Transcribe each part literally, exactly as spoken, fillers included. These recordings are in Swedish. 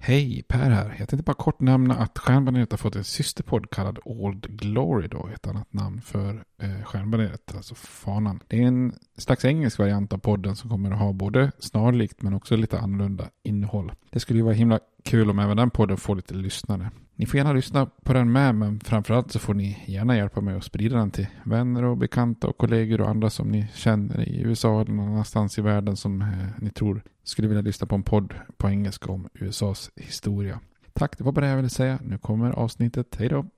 Hej, Per här. Jag tänkte bara kort nämna att Stjärnbaneret har fått en systerpodd kallad Old Glory då, ett annat namn för eh, Stjärnbaneret, alltså fanan. Det är en slags engelsk variant av podden som kommer att ha både snarlikt men också lite annorlunda innehåll. Det skulle ju vara himla kul om även den podden får lite lyssnare. Ni får gärna lyssna på den med, men framförallt så får ni gärna hjälpa mig att sprida den till vänner och bekanta och kollegor och andra som ni känner i U S A eller någon annanstans i världen som eh, ni tror skulle vilja lyssna på en podd på engelska om U S A:s historia. Tack, det var bara det jag ville säga. Nu kommer avsnittet. Hej då!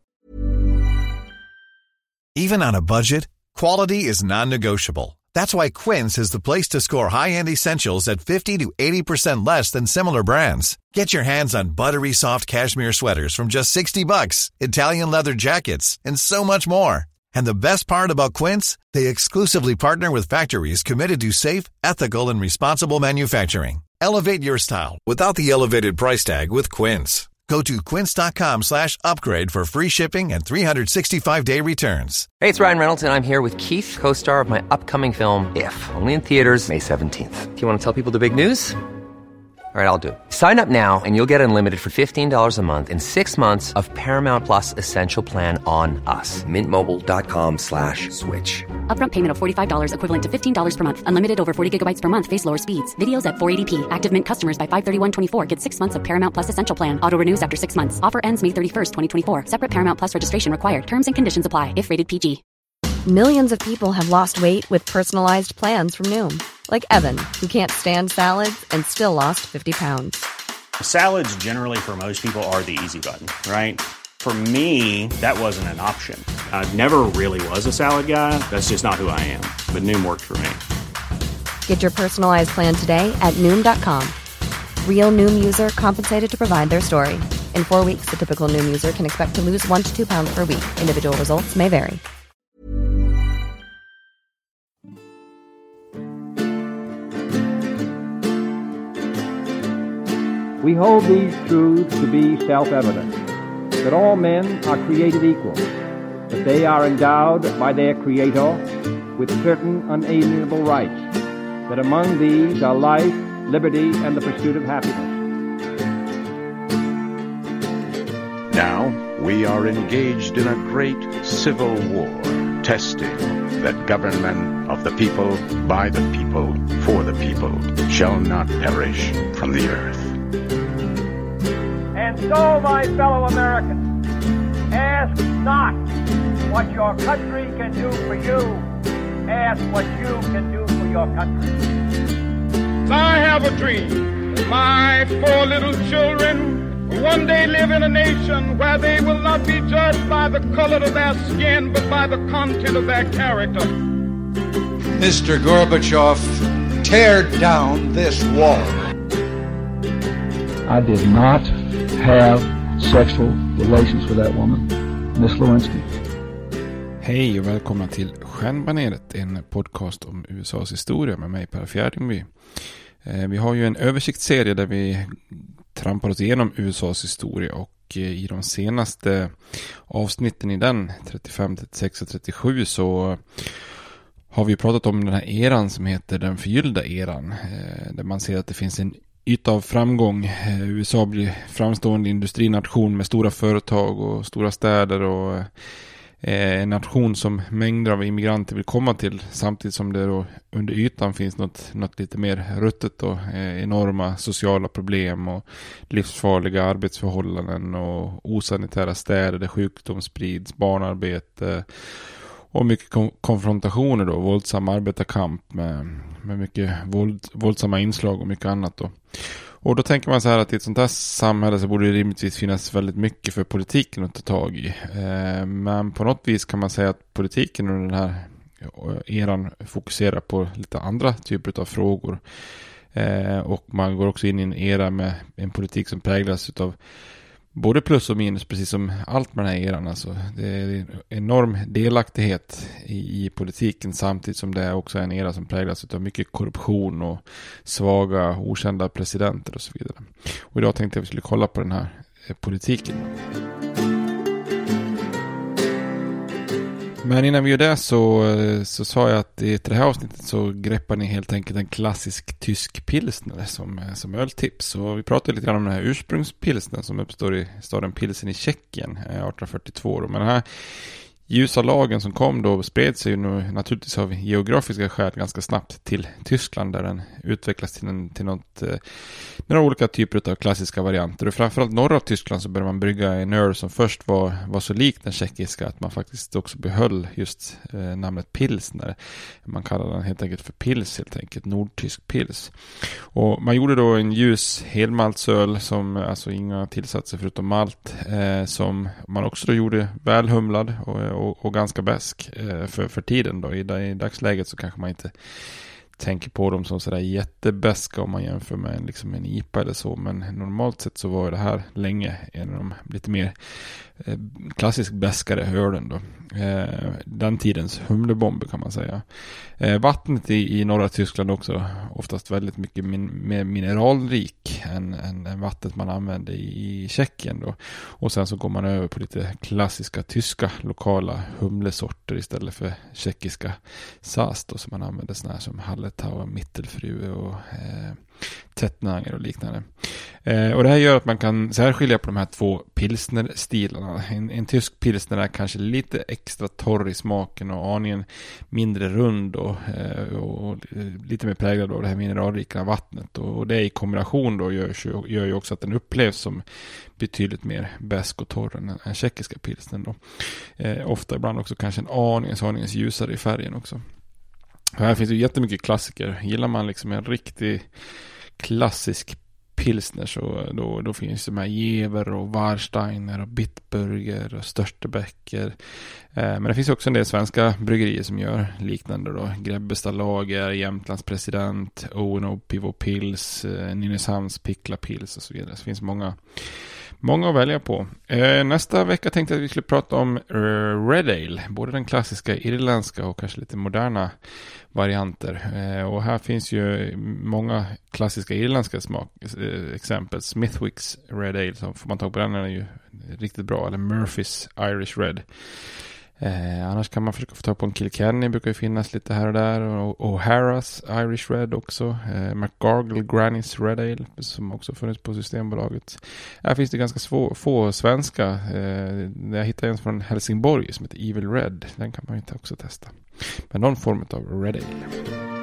Even on a budget, quality is non-negotiable. That's why Quince is the place to score high-end essentials at fifty to eighty percent less than similar brands. Get your hands on buttery soft cashmere sweaters from just sixty bucks, Italian leather jackets, and so much more. And the best part about Quince, they exclusively partner with factories committed to safe, ethical, and responsible manufacturing. Elevate your style without the elevated price tag with Quince. Go to quince.com slash upgrade for free shipping and three sixty-five day returns. Hey, it's Ryan Reynolds, and I'm here with Keith, co-star of my upcoming film, If, only in theaters May seventeenth. Do you want to tell people the big news? All right, I'll do it. Sign up now and you'll get unlimited for fifteen dollars a month and six months of Paramount Plus Essential Plan on us. Mint Mobile dot com slash switch. Upfront payment of forty-five dollars equivalent to fifteen dollars per month. Unlimited over forty gigabytes per month. Face lower speeds. Videos at four eighty p. Active Mint customers by five thirty-one twenty-four get six months of Paramount Plus Essential Plan. Auto renews after six months. Offer ends May thirty-first, twenty twenty-four. Separate Paramount Plus registration required. Terms and conditions apply if rated P G. Millions of people have lost weight with personalized plans from Noom. Like Evan, who can't stand salads and still lost fifty pounds. Salads generally for most people are the easy button, right? For me, that wasn't an option. I never really was a salad guy. That's just not who I am. But Noom worked for me. Get your personalized plan today at Noom dot com. Real Noom user compensated to provide their story. In four weeks, the typical Noom user can expect to lose one to two pounds per week. Individual results may vary. We hold these truths to be self-evident, that all men are created equal, that they are endowed by their Creator with certain unalienable rights, that among these are life, liberty, and the pursuit of happiness. Now we are engaged in a great civil war, testing that government of the people, by the people, for the people, shall not perish from the earth. And so, my fellow Americans, ask not what your country can do for you. Ask what you can do for your country. I have a dream that my four little children will one day live in a nation where they will not be judged by the color of their skin, but by the content of their character. Mister Gorbachev, tear down this wall. I did not have sexual relations with that woman, Miss Lewinsky. Hej och välkomna till Stjärnbaneret, en podcast om U S A:s historia med mig, Per Fjärdingby. Vi har ju en översiktsserie där vi trampar oss igenom U S A:s historia, och i de senaste avsnitten i den, trettiofem, trettiosex och trettiosju, så har vi pratat om den här eran som heter den förgyllda eran, där man ser att det finns en yta av framgång. U S A blir framstående industrination med stora företag och stora städer, och en nation som mängder av immigranter vill komma till, samtidigt som det då under ytan finns något, något lite mer ruttet och enorma sociala problem och livsfarliga arbetsförhållanden och osanitära städer där sjukdom sprids, barnarbete och mycket kom- konfrontationer då, våldsam arbetarkamp med, med mycket våld, våldsamma inslag och mycket annat då. Och då tänker man så här att i ett sånt här samhälle så borde det rimligtvis finnas väldigt mycket för politiken att ta tag i. Eh, men på något vis kan man säga att politiken under den här eran fokuserar på lite andra typer av frågor. Eh, och man går också in i en era med en politik som präglas av både plus och minus, precis som allt med den här eran. Alltså, det är en enorm delaktighet i, i politiken, samtidigt som det är också en era som präglas av mycket korruption och svaga, okända presidenter och så vidare. Och idag tänkte jag att vi skulle kolla på den här eh, politiken. Men innan vi gör det så, så sa jag att i det här avsnittet så greppar ni helt enkelt en klassisk tysk pilsner som, som öltips. Så vi pratade lite grann om den här ursprungspilsnern som uppstår i staden Pilsen i Tjeckien arton fyrtiotvå. Men den här ljusa lagen som kom då spred sig ju nu naturligtvis av geografiska skäl ganska snabbt till Tyskland där den utvecklas till, en, till något, eh, några olika typer av klassiska varianter. Och framförallt norra Tyskland så började man brygga en öl som först var, var så lik den tjeckiska att man faktiskt också behöll just eh, namnet pilsner. Man kallar den helt enkelt för pils helt enkelt, nordtysk pils. Och man gjorde då en ljus helmaltsöl som alltså inga tillsatser förutom malt eh, som man också då gjorde välhumlad och Och, och ganska bäsk eh, för, för tiden då. I, I dagsläget så kanske man inte tänker på dem som sådär jättebäska om man jämför med en, liksom en I P A eller så. Men normalt sett så var det här länge en av de lite mer eh, klassiskt bäskare ölen då. Eh, den tidens humlebomber kan man säga. Eh, vattnet i, i norra Tyskland också oftast väldigt mycket min, mer mineralrik än, än, än vattnet man använde i, i Tjeckien då. Och sen så går man över på lite klassiska tyska lokala humlesorter istället för tjeckiska Sass då, som man använde såna här som Hallertau, Mittelfrühe och eh, Tettnanger och liknande. Eh, och det här gör att man kan särskilja på de här två pilsnerstilarna. En, en tysk pilsner är kanske lite extra torr i smaken och aningen mindre rund och, eh, och, och lite mer präglad av det här mineralrika vattnet. Och, och det i kombination då gör, gör ju också att den upplevs som betydligt mer bäsk och torr än den tjeckiska pilsnern då. Eh, ofta ibland också kanske en aning, en aning ljusare i färgen också. Här finns ju jättemycket klassiker. Gillar man liksom en riktig klassisk pilsner så då, då finns det med Jever och Warsteiner och Bitburger och Störtebecker. Eh, men det finns också en del svenska bryggerier som gör liknande då. Grebbestad Lager, Jämtlands President, O and O Pivot Pils, eh, Nynäshamns Pickla Pils och så vidare. Så det finns många Många att välja på. Eh, nästa vecka tänkte jag att vi skulle prata om uh, Red Ale. Både den klassiska irländska och kanske lite moderna varianter. Eh, och här finns ju många klassiska irländska smak, eh, exempel. Smithwicks Red Ale, så får man tag på den är ju riktigt bra. Eller Murphys Irish Red. Eh, annars kan man försöka få tag på en Kilkenny, brukar ju finnas lite här och där. Och O'Hara's Irish Red också. Eh, McGargle Granny's Red Ale som också funnits på Systembolaget. Här finns det ganska svå, få svenska. Eh, jag hittade en från Helsingborg som heter Evil Red. Den kan man ju inte också testa. Men någon form av Red Ale.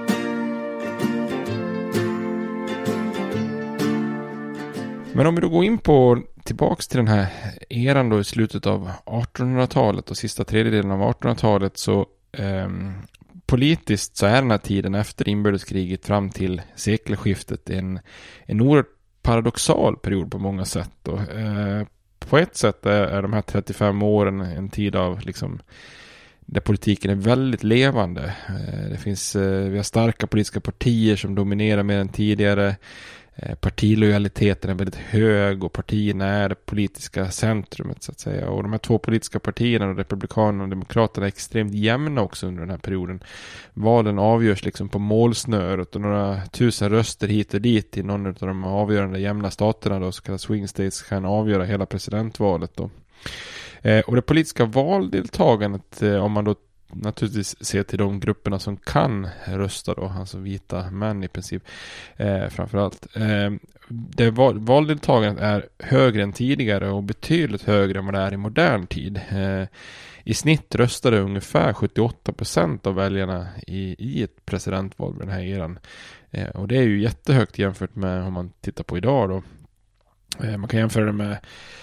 Men om vi då går in på tillbaks till den här eran då i slutet av artonhundratalet och sista tredjedelen av artonhundratalet så eh, politiskt så är den här tiden efter inbördeskriget fram till sekelskiftet en, en oerhört paradoxal period på många sätt. Då. Eh, på ett sätt är, är de här trettiofem åren en tid av liksom där politiken är väldigt levande. Eh, det finns, eh, vi har starka politiska partier som dominerar mer än tidigare. Partilojaliteten är väldigt hög och partierna är det politiska centrumet så att säga. Och de här två politiska partierna, Republikanerna och Demokraterna, är extremt jämna också under den här perioden. Valen avgörs liksom på målsnöret och några tusen röster hit och dit i någon av de avgörande jämna staterna då, så kallade swing states, kan avgöra hela presidentvalet då. Eh, och det politiska valdeltagandet, eh, om man då naturligtvis se till de grupperna som kan rösta då, alltså vita män i princip eh, framförallt. Eh, det val- valdeltagandet är högre än tidigare och betydligt högre än vad det är i modern tid. Eh, I snitt röstade ungefär sjuttioåtta procent av väljarna i, i ett presidentval med den här eran. Eh, och det är ju jättehögt jämfört med om man tittar på idag då. Eh, man kan jämföra det med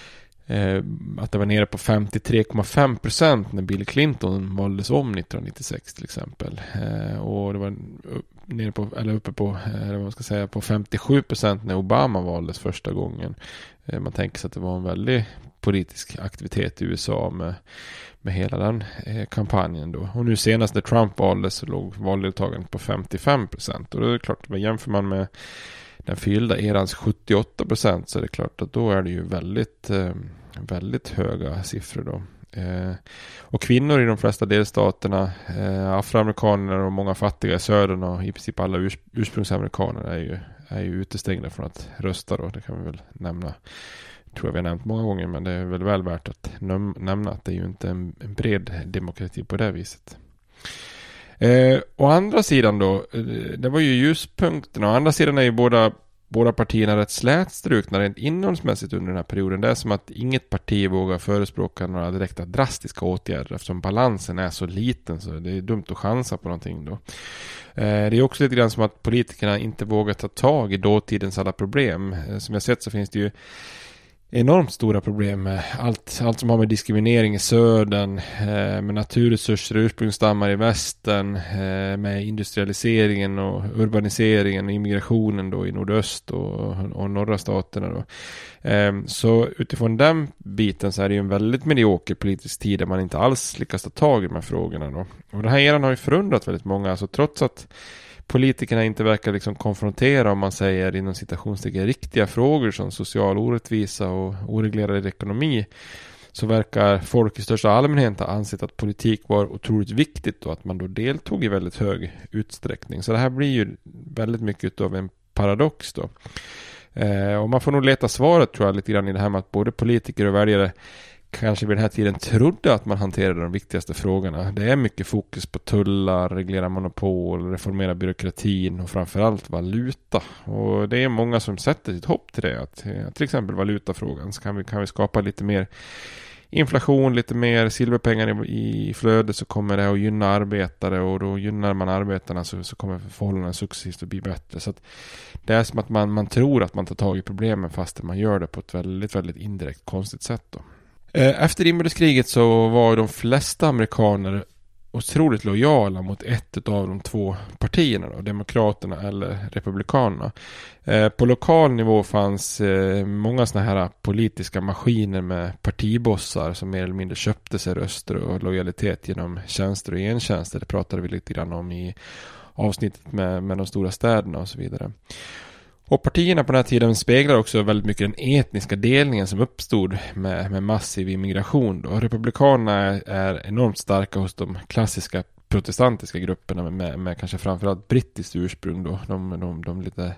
Eh, att det var nere på femtiotre komma fem procent när Bill Clinton valdes om nittonhundranittiosex till exempel. Eh, och det var nere på, eller uppe på, eh, vad man ska säga, på femtiosju procent när Obama valdes första gången. Eh, man tänker sig att det var en väldigt politisk aktivitet i U S A med, med hela den eh, kampanjen då. Och nu senast när Trump valdes så låg valdeltagandet på femtiofem procent. Och då är det klart, vad jämför man med den fyllda erans sjuttioåtta procent så är det klart att då är det ju väldigt, eh, väldigt höga siffror då. Eh, och kvinnor i de flesta delstaterna, eh, afroamerikaner och många fattiga i södern och i princip alla urs- ursprungsamerikaner är ju, är ju utestängda från att rösta då. Det kan vi väl nämna tror jag vi har nämnt många gånger, men det är väl väl värt att näm- nämna att det är ju inte en, en bred demokrati på det viset. Eh, å andra sidan då, det var ju ljuspunkterna. Å andra sidan är ju båda, båda partierna rätt slätstrukna rent innehållsmässigt under den här perioden. Det är som att inget parti vågar förespråka några direkta drastiska åtgärder eftersom balansen är så liten, så det är dumt att chansa på någonting då. Eh, det är också lite grann som att politikerna inte vågar ta tag i dåtidens alla problem. Eh, som jag sett så finns det ju enormt stora problem med allt, allt som har med diskriminering i södern, eh, med naturresurser och ursprungsstammar i västern, eh, med industrialiseringen och urbaniseringen och immigrationen då i nordöst och, och norra staterna då. Eh, så utifrån den biten så är det ju en väldigt medioker politisk tid där man inte alls lyckas ta tag i de här frågorna då. Och den här eran har ju förundrat väldigt många, alltså trots att politikerna inte verkar liksom konfrontera, om man säger inom citationstecken, riktiga frågor som social orättvisa och oreglerad ekonomi, så verkar folk i största allmänhet ha ansett att politik var otroligt viktigt och att man då deltog i väldigt hög utsträckning. Så det här blir ju väldigt mycket av en paradox då. Eh, och man får nog leta svaret, tror jag, lite grann i det här med att både politiker och väljare kanske vid den här tiden trodde att man hanterade de viktigaste frågorna. Det är mycket fokus på tullar, reglera monopol, reformera byråkratin och framförallt valuta. Och det är många som sätter sitt hopp till det. Att, till exempel valutafrågan, så kan vi, kan vi skapa lite mer inflation, lite mer silverpengar i, i flödet, så kommer det att gynna arbetare, och då gynnar man arbetarna så, så kommer förhållandena successivt att bli bättre. Så att det är som att man, man tror att man tar tag i problemen fast man gör det på ett väldigt, väldigt indirekt konstigt sätt då. Efter inbördeskriget så var de flesta amerikaner otroligt lojala mot ett av de två partierna då, demokraterna eller republikanerna. På lokal nivå fanns många såna här politiska maskiner med partibossar som mer eller mindre köpte sig röster och lojalitet genom tjänster och gentjänster. Det pratade vi lite grann om i avsnittet med, med de stora städerna och så vidare. Och partierna på den här tiden speglar också väldigt mycket den etniska delningen som uppstod med, med massiv immigration då. Republikanerna är, är enormt starka hos de klassiska protestantiska grupperna med, med, med kanske framförallt brittiskt ursprung då. De, de, de lite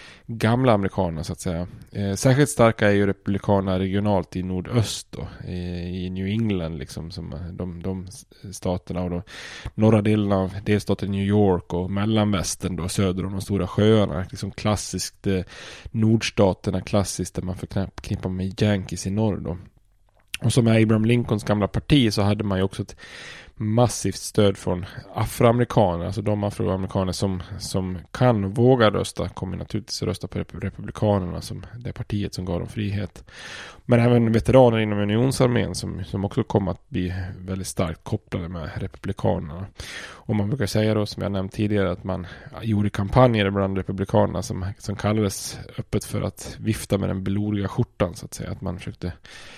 gamla amerikanerna så att säga. Eh, särskilt starka är ju republikanerna regionalt i nordöst då, i, i New England liksom, som de, de staterna och de norra delen av delstaten New York och mellanvästern då, söder om de stora sjöarna, liksom klassiskt eh, nordstaterna, klassiskt där man förknippar med Yankees i norr då. Och som med Abraham Lincolns gamla parti så hade man ju också ett massivt stöd från afroamerikaner, alltså de afroamerikaner som, som kan och vågar rösta kommer naturligtvis rösta på republikanerna som det partiet som gav dem frihet. Men även veteraner inom unionsarmén som, som också kommer att bli väldigt starkt kopplade med republikanerna. Och man brukar säga då, som jag nämnt tidigare, att man gjorde kampanjer bland republikanerna som, som kallades öppet för att vifta med den blodiga skjortan så att säga, att man försökte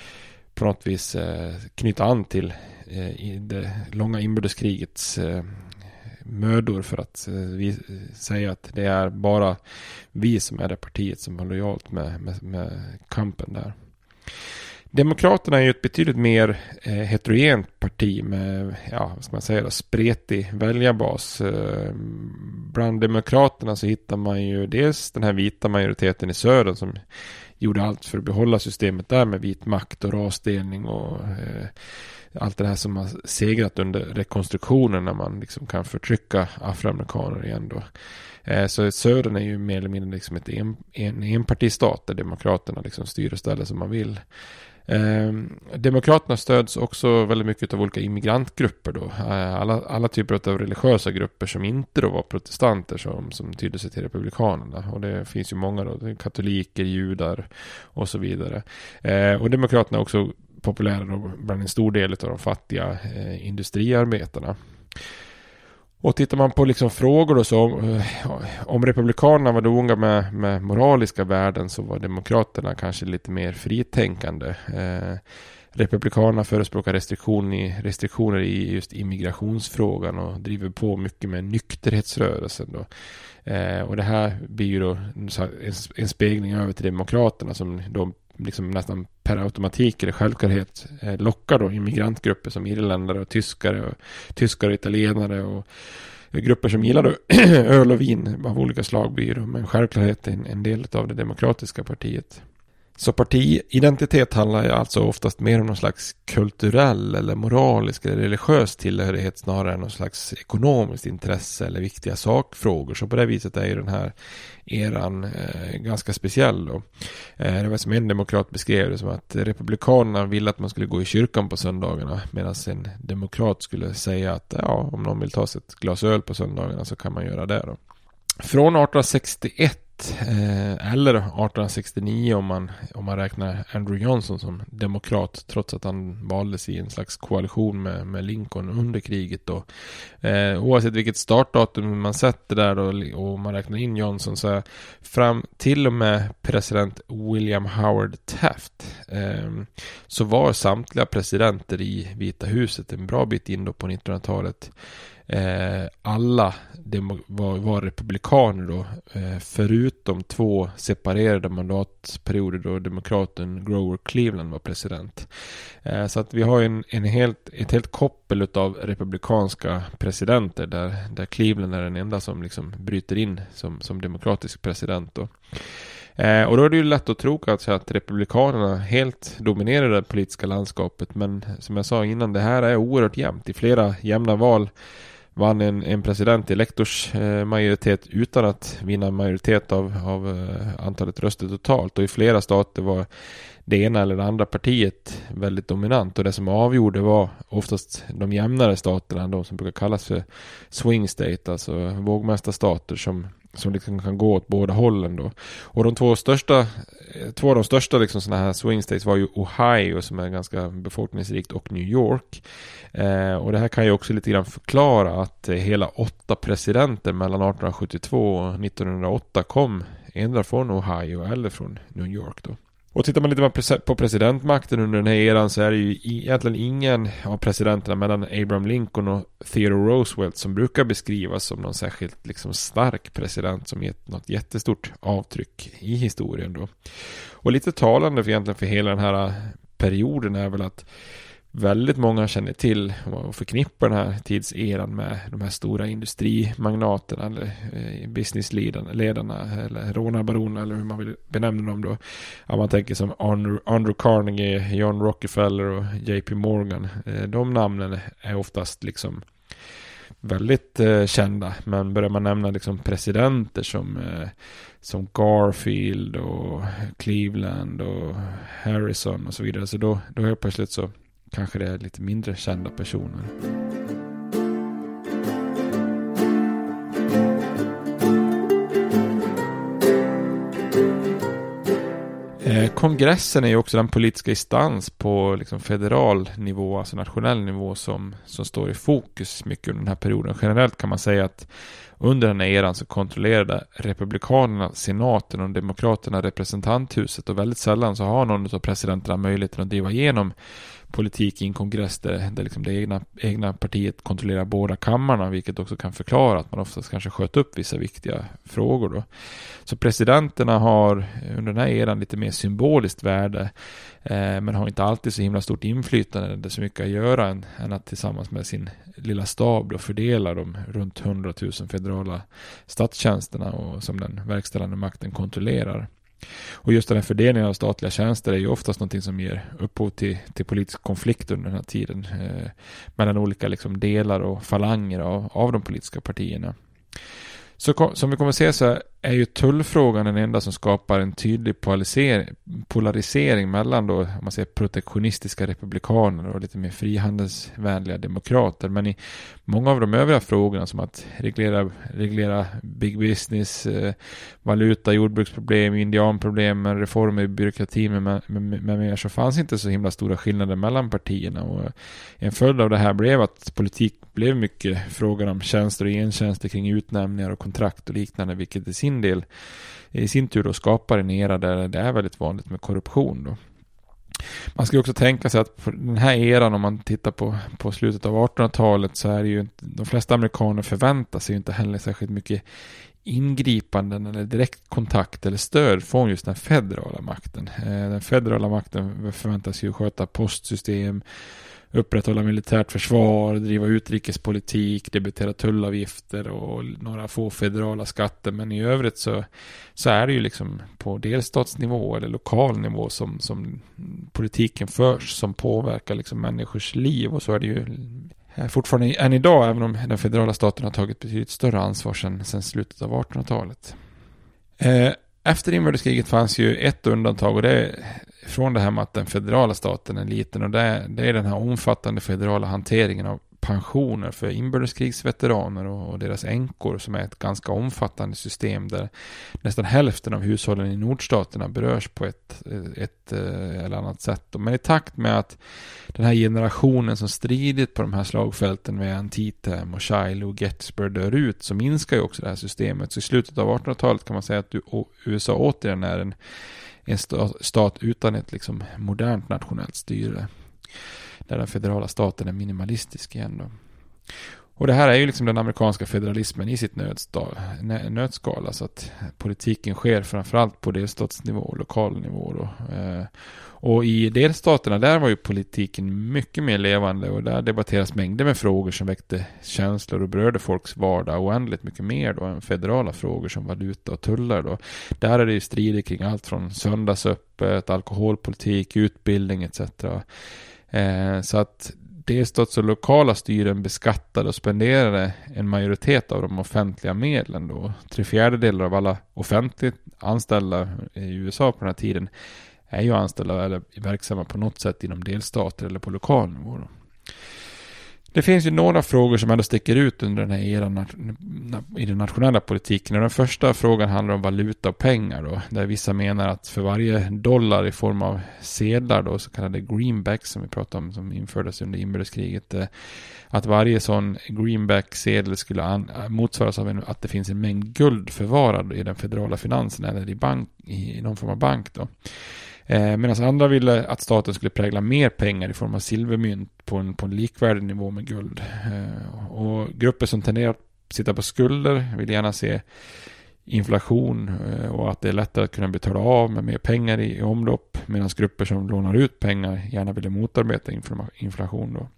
på något vis eh, knyta an till eh, i det långa inbördeskrigets eh, mödor för att eh, vi, säga att det är bara vi som är det partiet som har lojalt med, med, med kampen där. Demokraterna är ju ett betydligt mer eh, heterogent parti med, ja, vad ska man säga, spretig väljarbas. Eh, bland demokraterna så hittar man ju dels den här vita majoriteten i södern som gjorde allt för att behålla systemet där med vit makt och rasdelning och eh, allt det här som har segrat under rekonstruktionen när man liksom kan förtrycka afroamerikaner igen då. Eh, så södern är ju mer eller mindre liksom ett en, en enpartistat där demokraterna liksom styr och ställer som man vill. Eh, demokraterna stöds också väldigt mycket av olika immigrantgrupper då. Eh, alla, alla typer av religiösa grupper som inte då var protestanter som, som tydde sig till republikanerna. Och det finns ju många då, katoliker, judar och så vidare. Eh, och demokraterna är också populära då bland en stor del av de fattiga eh, industriarbetarna. Och tittar man på liksom frågor då, så om, om republikanerna var noga med, med moraliska värden så var demokraterna kanske lite mer fritänkande. Eh, republikanerna förespråkar restriktion i, restriktioner i just immigrationsfrågan och driver på mycket med nykterhetsrörelsen då. Eh, och det här blir ju då en, en spegling över till demokraterna som då liksom nästan per automatik eller självklarhet eh, lockar då immigrantgrupper som irländare och tyskare och tyskare och italienare och grupper som gillar då öl och vin av olika slag blir då med självklarhet en, en del av det demokratiska partiet. Så partiidentitet handlar ju alltså oftast mer om någon slags kulturell eller moralisk eller religiös tillhörighet snarare än någon slags ekonomiskt intresse eller viktiga sakfrågor. Så på det viset är ju den här eran eh, ganska speciell då. Eh, det var som en demokrat beskrev det som att republikanerna ville att man skulle gå i kyrkan på söndagarna, medan en demokrat skulle säga att ja, om någon vill ta sig ett glas öl på söndagarna så kan man göra det då. Från arton sextioett eh, eller arton sextionio om man, om man räknar Andrew Johnson som demokrat, trots att han valdes i en slags koalition med, med Lincoln under kriget då. Eh, oavsett vilket startdatum man sätter där då, och man räknar in Johnson, så är fram till och med president William Howard Taft eh, så var samtliga presidenter i Vita huset en bra bit in då på nittonhundratalet. Eh, alla demo- var, var republikaner då, eh, förutom två separerade mandatperioder då demokraten Grover Cleveland var president. Eh, så att vi har en, en helt, ett helt koppel av republikanska presidenter där, där Cleveland är den enda som liksom bryter in som, som demokratisk president då. Eh, och då är det ju lätt att tro kanske att republikanerna helt dominerar det politiska landskapet, men som jag sa innan, det här är oerhört jämnt. I flera jämna val vann en, en president i elektors eh, majoritet utan att vinna majoritet av, av eh, antalet röster totalt, och i flera stater var det ena eller det andra partiet väldigt dominant, och det som avgjorde var oftast de jämnare staterna, de som brukar kallas för swing state, alltså vågmästarstater som som liksom kan gå åt båda hållen då. Och de två största två av de största liksom såna här swing states var ju Ohio, som är ganska befolkningsrikt, och New York. Eh, och det här kan ju också lite grann förklara att eh, hela åtta presidenter mellan arton sjuttiotvå och nittonhundraåtta kom ändå från Ohio eller från New York då. Och tittar man lite på presidentmakten under den här eran, så är det ju egentligen ingen av presidenterna mellan Abraham Lincoln och Theodore Roosevelt som brukar beskrivas som någon särskilt liksom stark president som gett något jättestort avtryck i historien då. Och lite talande för egentligen för hela den här perioden är väl att väldigt många känner till och förknippar den här tidseran med de här stora industrimagnaterna eller eh, businessledarna eller rånarbaronerna eller hur man vill benämna dem då. Ja, man tänker som Andrew, Andrew Carnegie, John Rockefeller och J P Morgan. Eh, de namnen är oftast liksom väldigt eh, kända, men börjar man nämna liksom presidenter som eh, som Garfield och Cleveland och Harrison och så vidare, så då, då är plötsligt så kanske det är lite mindre kända personer. Eh, kongressen är ju också den politiska instans på liksom federal nivå, alltså nationell nivå, som, som står i fokus mycket under den här perioden. Generellt kan man säga att under den här eran så kontrollerade republikanerna senaten och demokraterna representanthuset, och väldigt sällan så har någon av presidenterna möjligheten att driva igenom politik i en kongress där, där liksom det egna, egna partiet kontrollerar båda kammarna, vilket också kan förklara att man oftast kanske sköt upp vissa viktiga frågor då. Så presidenterna har under den här eran lite mer symboliskt värde, eh, men har inte alltid så himla stort inflytande, det är så mycket att göra än, än att tillsammans med sin lilla stab då fördela de runt hundratusen federala statstjänsterna och som den verkställande makten kontrollerar. Och just den här fördelningen av statliga tjänster är ju oftast någonting som ger upphov till, till politisk konflikt under den här tiden eh, mellan olika liksom delar och falanger av, av de politiska partierna. Så som vi kommer att se så är ju tullfrågan den enda som skapar en tydlig polarisering, polarisering mellan då, om man säger protektionistiska republikaner och lite mer frihandelsvänliga demokrater. Men i många av de övriga frågorna, som att reglera, reglera big business, eh, valuta, jordbruksproblem, indianproblem, reformer i byråkratin med, med, med, med mer, så fanns inte så himla stora skillnader mellan partierna. Och en följd av det här blev att politik blev mycket frågan om tjänster och entjänster kring utnämningar och kontrakt och liknande, vilket i sin del i sin tur då skapar en era där det är väldigt vanligt med korruption då. Man ska också tänka sig att på den här eran, om man tittar på, på slutet av artonhundratalet, så är det ju inte, de flesta amerikaner förväntar sig inte heller särskilt mycket ingripanden eller direkt kontakt eller stöd från just den federala makten. Den federala makten förväntas ju sköta postsystem, upprätthålla militärt försvar, driva utrikespolitik, debitera tullavgifter och några få federala skatter. Men i övrigt så, så är det ju liksom på delstatsnivå eller lokal nivå som, som politiken förs, som påverkar liksom människors liv. Och så är det ju fortfarande än idag, även om den federala staten har tagit betydligt större ansvar sedan, sedan slutet av artonhundratalet. Eh, Efter inbördeskriget fanns ju ett undantag, och det är från det här med att den federala staten är liten, och det är, det är den här omfattande federala hanteringen av pensioner för inbördeskrigsveteraner och, och deras änkor, som är ett ganska omfattande system där nästan hälften av hushållen i nordstaterna berörs på ett, ett eller annat sätt. Men i takt med att den här generationen som stridit på de här slagfälten med Antietam och Shiloh och Gettysburg dör ut, så minskar ju också det här systemet. Så i slutet av artonhundratalet kan man säga att U S A återigen är en, en stat utan ett liksom modernt nationellt styre, där den federala staten är minimalistisk igen då. Och det här är ju liksom den amerikanska federalismen i sitt nötskal, alltså att politiken sker framförallt på delstatsnivå och lokal nivå då. Och i delstaterna där var ju politiken mycket mer levande, och där debatteras mängder med frågor som väckte känslor och berörde folks vardag oändligt mycket mer då än federala frågor som valuta och tullar då. Där är det ju strider kring allt från söndagsöppet, alkoholpolitik, utbildning et cetera. Eh, så att delstats- och lokala styren beskattade och spenderade en majoritet av de offentliga medlen då. Tre fjärdedelar av alla offentligt anställda i U S A på den här tiden är ju anställda eller verksamma på något sätt inom delstater eller på lokal nivå då. Det finns ju några frågor som ändå sticker ut under den här eran i den nationella politiken. Och den första frågan handlar om valuta och pengar då, där vissa menar att för varje dollar i form av sedlar då, så kallade greenbacks som vi pratade om, som infördes under inbördeskriget, att varje sån greenback-sedel skulle an- motsvaras av en, att det finns en mängd guld förvarad i den federala finansen eller i, bank, i någon form av bank då. Eh, medan andra ville att staten skulle prägla mer pengar i form av silvermynt på en, på en likvärdig nivå med guld. Eh, och grupper som tenderar att sitta på skulder vill gärna se inflation eh, och att det är lättare att kunna betala av med mer pengar i, i omlopp, medan grupper som lånar ut pengar gärna vill motarbeta infl- inflation då.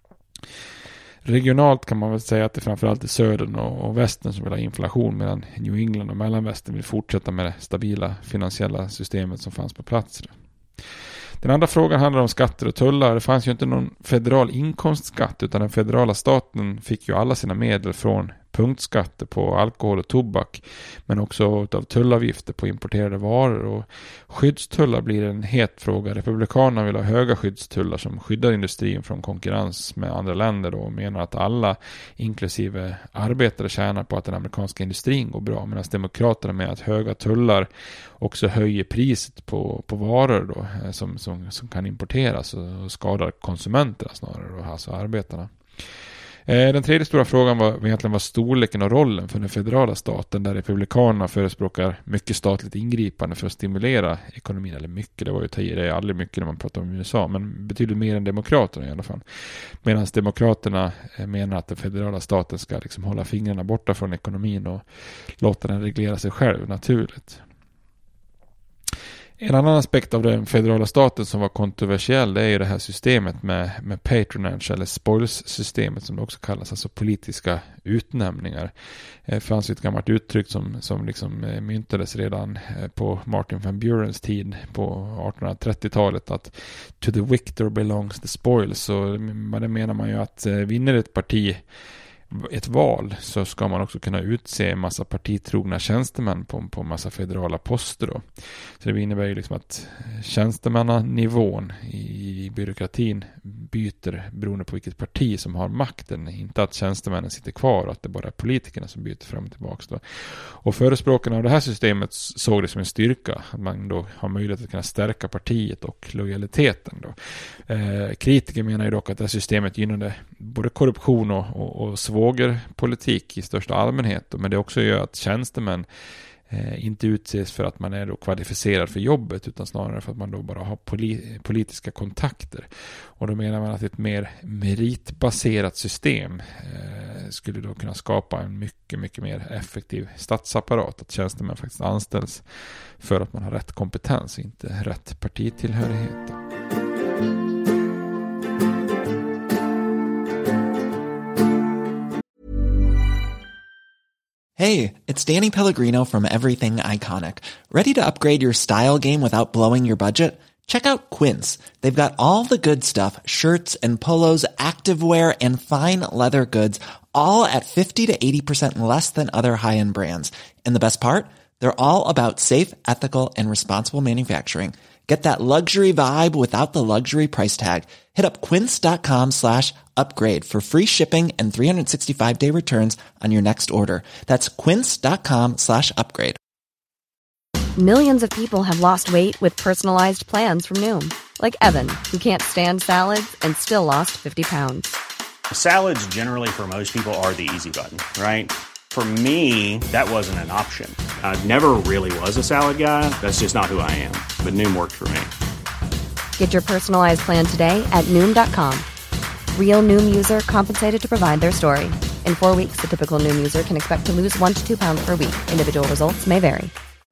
Regionalt kan man väl säga att det framförallt är södern och, och västern som vill ha inflation, medan New England och mellanvästern vill fortsätta med det stabila finansiella systemet som fanns på plats. Den andra frågan handlar om skatter och tullar. Det fanns ju inte någon federal inkomstskatt, utan den federala staten fick ju alla sina medel från punktskatter på alkohol och tobak, men också av tullavgifter på importerade varor. Och skyddstullar blir en het fråga. Republikanerna vill ha höga skyddstullar som skyddar industrin från konkurrens med andra länder då, och menar att alla, inklusive arbetare, tjänar på att den amerikanska industrin går bra, medan demokraterna menar att höga tullar också höjer priset på, på varor då, som, som, som kan importeras och skadar konsumenterna snarare då, alltså arbetarna. Den tredje stora frågan var egentligen var storleken och rollen för den federala staten, där republikanerna förespråkar mycket statligt ingripande för att stimulera ekonomin. Eller mycket, det var ju det är aldrig mycket när man pratar om U S A, men betydligt mer än demokraterna i alla fall. Medan demokraterna menar att den federala staten ska liksom hålla fingrarna borta från ekonomin och låta den reglera sig själv naturligt. En annan aspekt av den federala staten som var kontroversiell, det är ju det här systemet med, med patronage eller spoils-systemet som det också kallas, alltså politiska utnämningar. Det fanns ju ett gammalt uttryck som, som liksom myntades redan på Martin Van Burens tid på artonhundratrettiotalet, att to the victor belongs the spoils. Så det menar man ju att vinner ett parti ett val, så ska man också kunna utse en massa partitrogna tjänstemän på, på en massa federala poster då. Så det innebär ju liksom att tjänstemannanivån i byråkratin byter beroende på vilket parti som har makten, inte att tjänstemännen sitter kvar och att det bara är politikerna som byter fram och tillbaka då. Och förespråkarna av det här systemet såg det som en styrka, att man då har möjlighet att kunna stärka partiet och lojaliteten då. Eh, kritiker menar ju dock att det här systemet gynnade både korruption och, och, och svågerpolitik i största allmänhet, men det också gör att tjänstemän eh, inte utses för att man är då kvalificerad för jobbet, utan snarare för att man då bara har poli- politiska kontakter. Och då menar man att ett mer meritbaserat system eh, skulle då kunna skapa en mycket, mycket mer effektiv statsapparat, att tjänstemän faktiskt anställs för att man har rätt kompetens, inte rätt partitillhörighet. Hey, it's Danny Pellegrino from Everything Iconic. Ready to upgrade your style game without blowing your budget? Check out Quince. They've got all the good stuff, shirts and polos, activewear, and fine leather goods, all at fifty to eighty percent less than other high-end brands. And the best part? They're all about safe, ethical, and responsible manufacturing. Get that luxury vibe without the luxury price tag. Hit up quince.com slash upgrade for free shipping and three sixty-five day returns on your next order. That's quince.com slash upgrade. Millions of people have lost weight with personalized plans from Noom. Like Evan, who can't stand salads and still lost fifty pounds. Salads generally for most people are the easy button, right? For me, that wasn't an option. I never really was a salad guy. That's just not who I am. But Noom worked for me. Get your personalized plan today at Noom dot com. Real Noom user compensated to provide their story. In four weeks, the typical Noom user can expect to lose one to two pounds per week. Individual results may vary.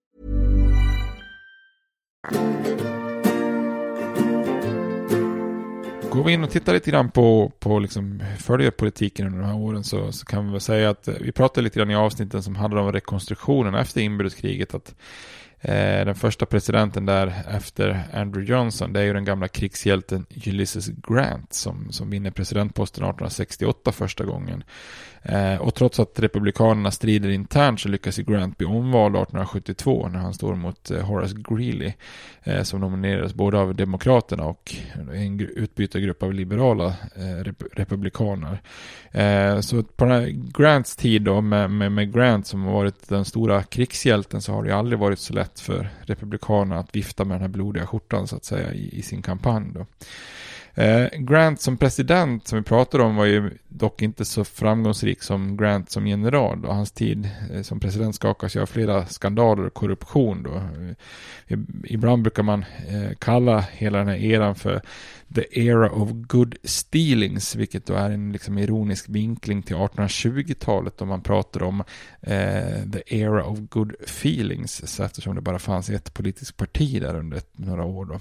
Går vi in och tittar lite grann på, på liksom följer politiken under de här åren, så, så kan vi väl säga att vi pratade lite grann i avsnitten som handlade om rekonstruktionen efter inbördeskriget, att eh, den första presidenten där efter Andrew Johnson, det är ju den gamla krigshjälten Ulysses Grant som, som vinner presidentposten arton sextioåtta första gången. Eh, och trots att republikanerna strider internt så lyckas Grant bli omvald arton sjuttiotvå när han står mot eh, Horace Greeley eh, som nominerades både av demokraterna och en utbytargrupp av liberala eh, rep- republikaner. Eh, så på den här Grants tid då, med, med, med Grant som har varit den stora krigshjälten, så har det aldrig varit så lätt för republikanerna att vifta med den här blodiga skjortan så att säga i, i sin kampanj då. Eh, Grant som president, som vi pratade om, var ju dock inte så framgångsrik som Grant som general då. Hans tid eh, som president skakas ju av flera skandaler och korruption då. Eh, ibland brukar man eh, kalla hela den här eran för the era of good stealings, vilket då är en liksom ironisk vinkling till artonhundratjugotalet då man pratar om eh, the era of good feelings, så eftersom det bara fanns ett politiskt parti där under ett, några år då.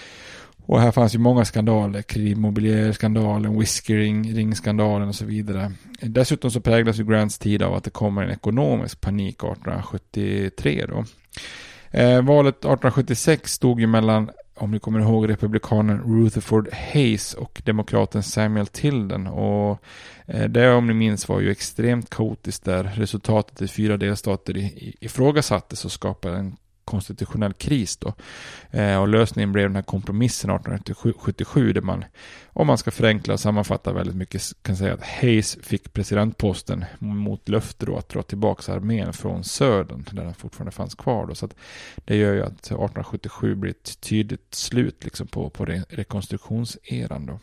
Och här fanns ju många skandaler, kreditmobilierskandalen, whisky-ring-skandalen och så vidare. Dessutom så präglas ju Grants tid av att det kommer en ekonomisk panik arton sjuttiotre då. Eh, valet arton sjuttiosex stod ju mellan, om ni kommer ihåg, republikanen Rutherford Hayes och demokraten Samuel Tilden. Och eh, det, om ni minns, var ju extremt kaotiskt där resultatet i fyra delstater ifrågasattes och skapade en konstitutionell kris då. Eh, och lösningen blev den här kompromissen arton sjuttiosju där man, om man ska förenkla och sammanfatta väldigt mycket, kan säga att Hayes fick presidentposten mot löfte då att dra tillbaka armén från södern där den fortfarande fanns kvar då. Så att det gör ju att arton sjuttiosju blir ett tydligt slut liksom på, på re- rekonstruktionseran då.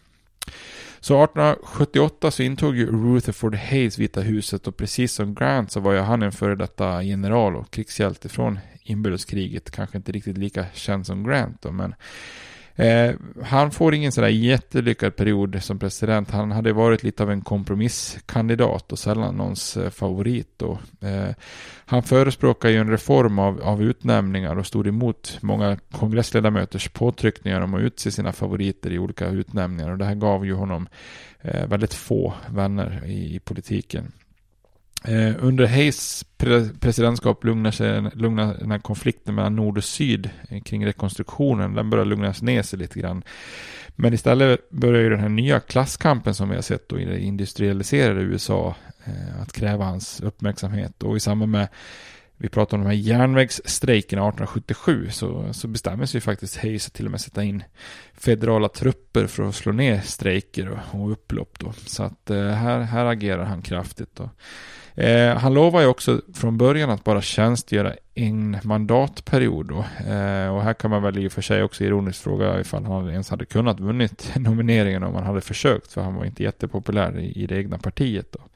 Så arton sjuttioåtta så intog ju Rutherford Hayes Vita huset, och precis som Grant så var ju han en före detta general och krigshjälte från inbördeskriget, kanske inte riktigt lika känd som Grant då, men eh, han får ingen sådär jättelyckad period som president. Han hade varit lite av en kompromisskandidat och sällan någons eh, favorit då. Eh, han förespråkar ju en reform av, av utnämningar och stod emot många kongressledamöters påtryckningar om att utse sina favoriter i olika utnämningar, och det här gav ju honom eh, väldigt få vänner i, i politiken. Eh, under Hayes pre- presidentskap lugnar, sig, lugnar den här konflikten mellan nord och syd eh, kring rekonstruktionen, den börjar lugnas ner sig lite grann. Men istället börjar ju den här nya klasskampen som vi har sett då i det industrialiserade U S A eh, att kräva hans uppmärksamhet. Och i samband med, vi pratar om de här järnvägsstrejkerna arton sjuttiosju, så, så bestämmer sig ju faktiskt Hayes att till och med sätta in federala trupper för att slå ner strejker och, och upplopp då. Så att eh, här, här agerar han kraftigt då. Eh, han lovar ju också från början att bara tjänstgöra en mandatperiod då. Eh, och här kan man väl i och för sig också ironiskt fråga ifall han ens hade kunnat vunnit nomineringen om han hade försökt, för han var inte jättepopulär i, i det egna partiet då.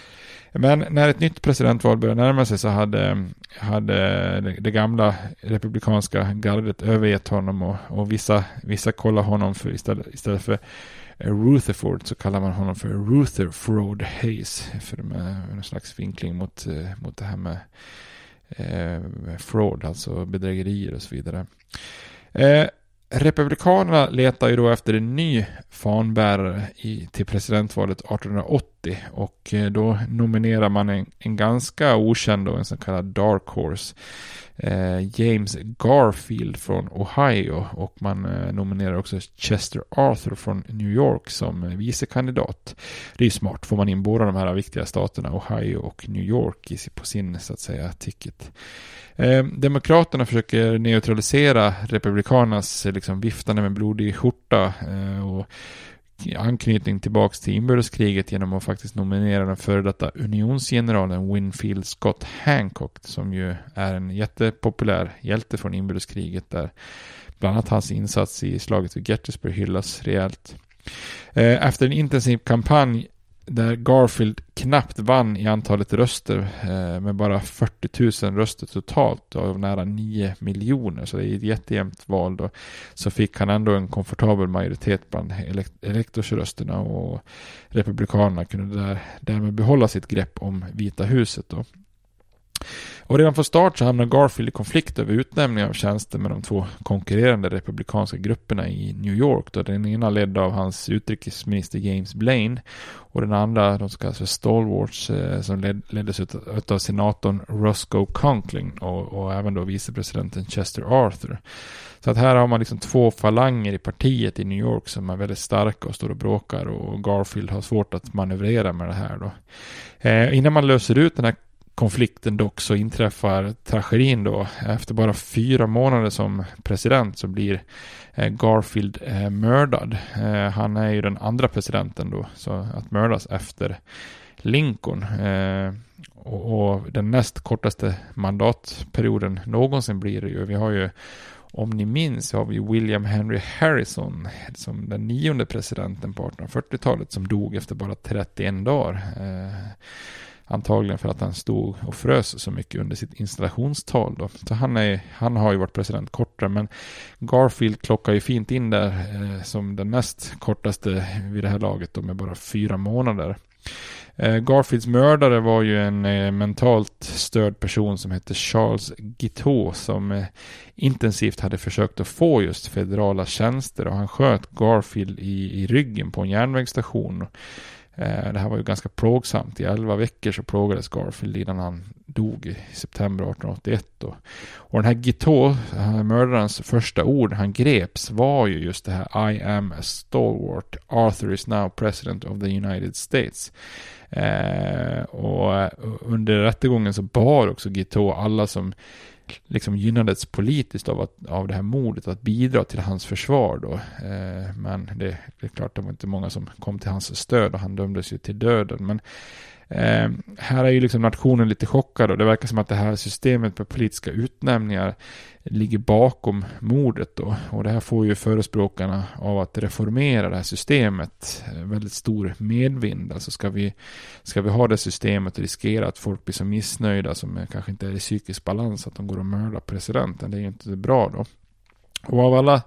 Men när ett nytt presidentval började närma sig så hade, hade det, det gamla republikanska gardet övergett honom, och, och vissa, vissa kollar honom för istället, istället för Rutherford så kallar man honom för Rutherford Hayes, för med en slags vinkling mot, mot det här med eh, fraud, alltså bedrägerier och så vidare. Eh, Republikanerna letar ju då efter en ny fanbärare i, till presidentvalet arton åttio. åttio och då nominerar man en, en ganska okänd och en så kallad dark horse, eh, James Garfield från Ohio, och man eh, nominerar också Chester Arthur från New York som eh, vicekandidat. Det är ju smart, får man in båda de här viktiga staterna Ohio och New York i, på sin så att säga ticket. Eh, Demokraterna försöker neutralisera republikanernas eh, liksom viftande med blodig skjorta eh, och anknytning tillbaks till inbördeskriget genom att faktiskt nominera den före detta unionsgeneralen Winfield Scott Hancock, som ju är en jättepopulär hjälte från inbördeskriget, där bland annat hans insats i slaget vid Gettysburg hyllas rejält. Efter en intensiv kampanj där Garfield knappt vann i antalet röster eh, med bara fyrtio tusen röster totalt av nära nio miljoner, så det är ett jättejämnt val då, så fick han ändå en komfortabel majoritet bland elekt- elektorsrösterna, och republikanerna kunde där, därmed behålla sitt grepp om Vita huset då. Och redan från start så hamnar Garfield i konflikt över utnämning av tjänster med de två konkurrerande republikanska grupperna i New York. Då den ena ledd av hans utrikesminister James Blaine, och den andra, de så kallade stalwarts, eh, som led, leddes ut, ut av senatorn Roscoe Conkling och, och även då vicepresidenten Chester Arthur. Så att här har man liksom två falanger i partiet i New York som är väldigt starka och står och bråkar, och Garfield har svårt att manövrera med det här då. Eh, innan man löser ut den här konflikten dock, så inträffar tragedin då. Efter bara fyra månader som president så blir eh, Garfield eh, mördad. Eh, han är ju den andra presidenten då, så att mördas efter Lincoln. Eh, och, och den näst kortaste mandatperioden någonsin blir det ju. Vi har ju, om ni minns, har vi William Henry Harrison som den nionde presidenten på artonhundrafyrtiotalet, som dog efter bara trettioen dagar. Eh, Antagligen för att han stod och frös så mycket under sitt installationstal då. Så han, är, han har ju varit president kortare, men Garfield klockar ju fint in där eh, som den näst kortaste vid det här laget då, med bara fyra månader. Eh, Garfields mördare var ju en eh, mentalt störd person som hette Charles Guiteau, som eh, intensivt hade försökt att få just federala tjänster, och han sköt Garfield i, i ryggen på en järnvägsstation. Det här var ju ganska plågsamt. I elva veckor så plågades Garfield innan han dog i september arton åttioett då. Och den här Guiteau, mördarens första ord han greps, var ju just det här: I am a stalwart. Arthur is now president of the United States. Eh, och under rättegången så bar också Guiteau alla som liksom gynnades politiskt av, att, av det här mordet att bidra till hans försvar då. Eh, men det, det är klart, det var inte många som kom till hans stöd, och han dömdes ju till döden. Men eh, här är ju liksom nationen lite chockad, och det verkar som att det här systemet med politiska utnämningar ligger bakom mordet då. Och det här får ju förespråkarna av att reformera det här systemet väldigt stor medvind. Alltså ska vi, ska vi ha det systemet och riskera att folk blir så missnöjda, som kanske inte är i psykisk balans, att de går och mördar presidenten. Det är ju inte bra då. Och av alla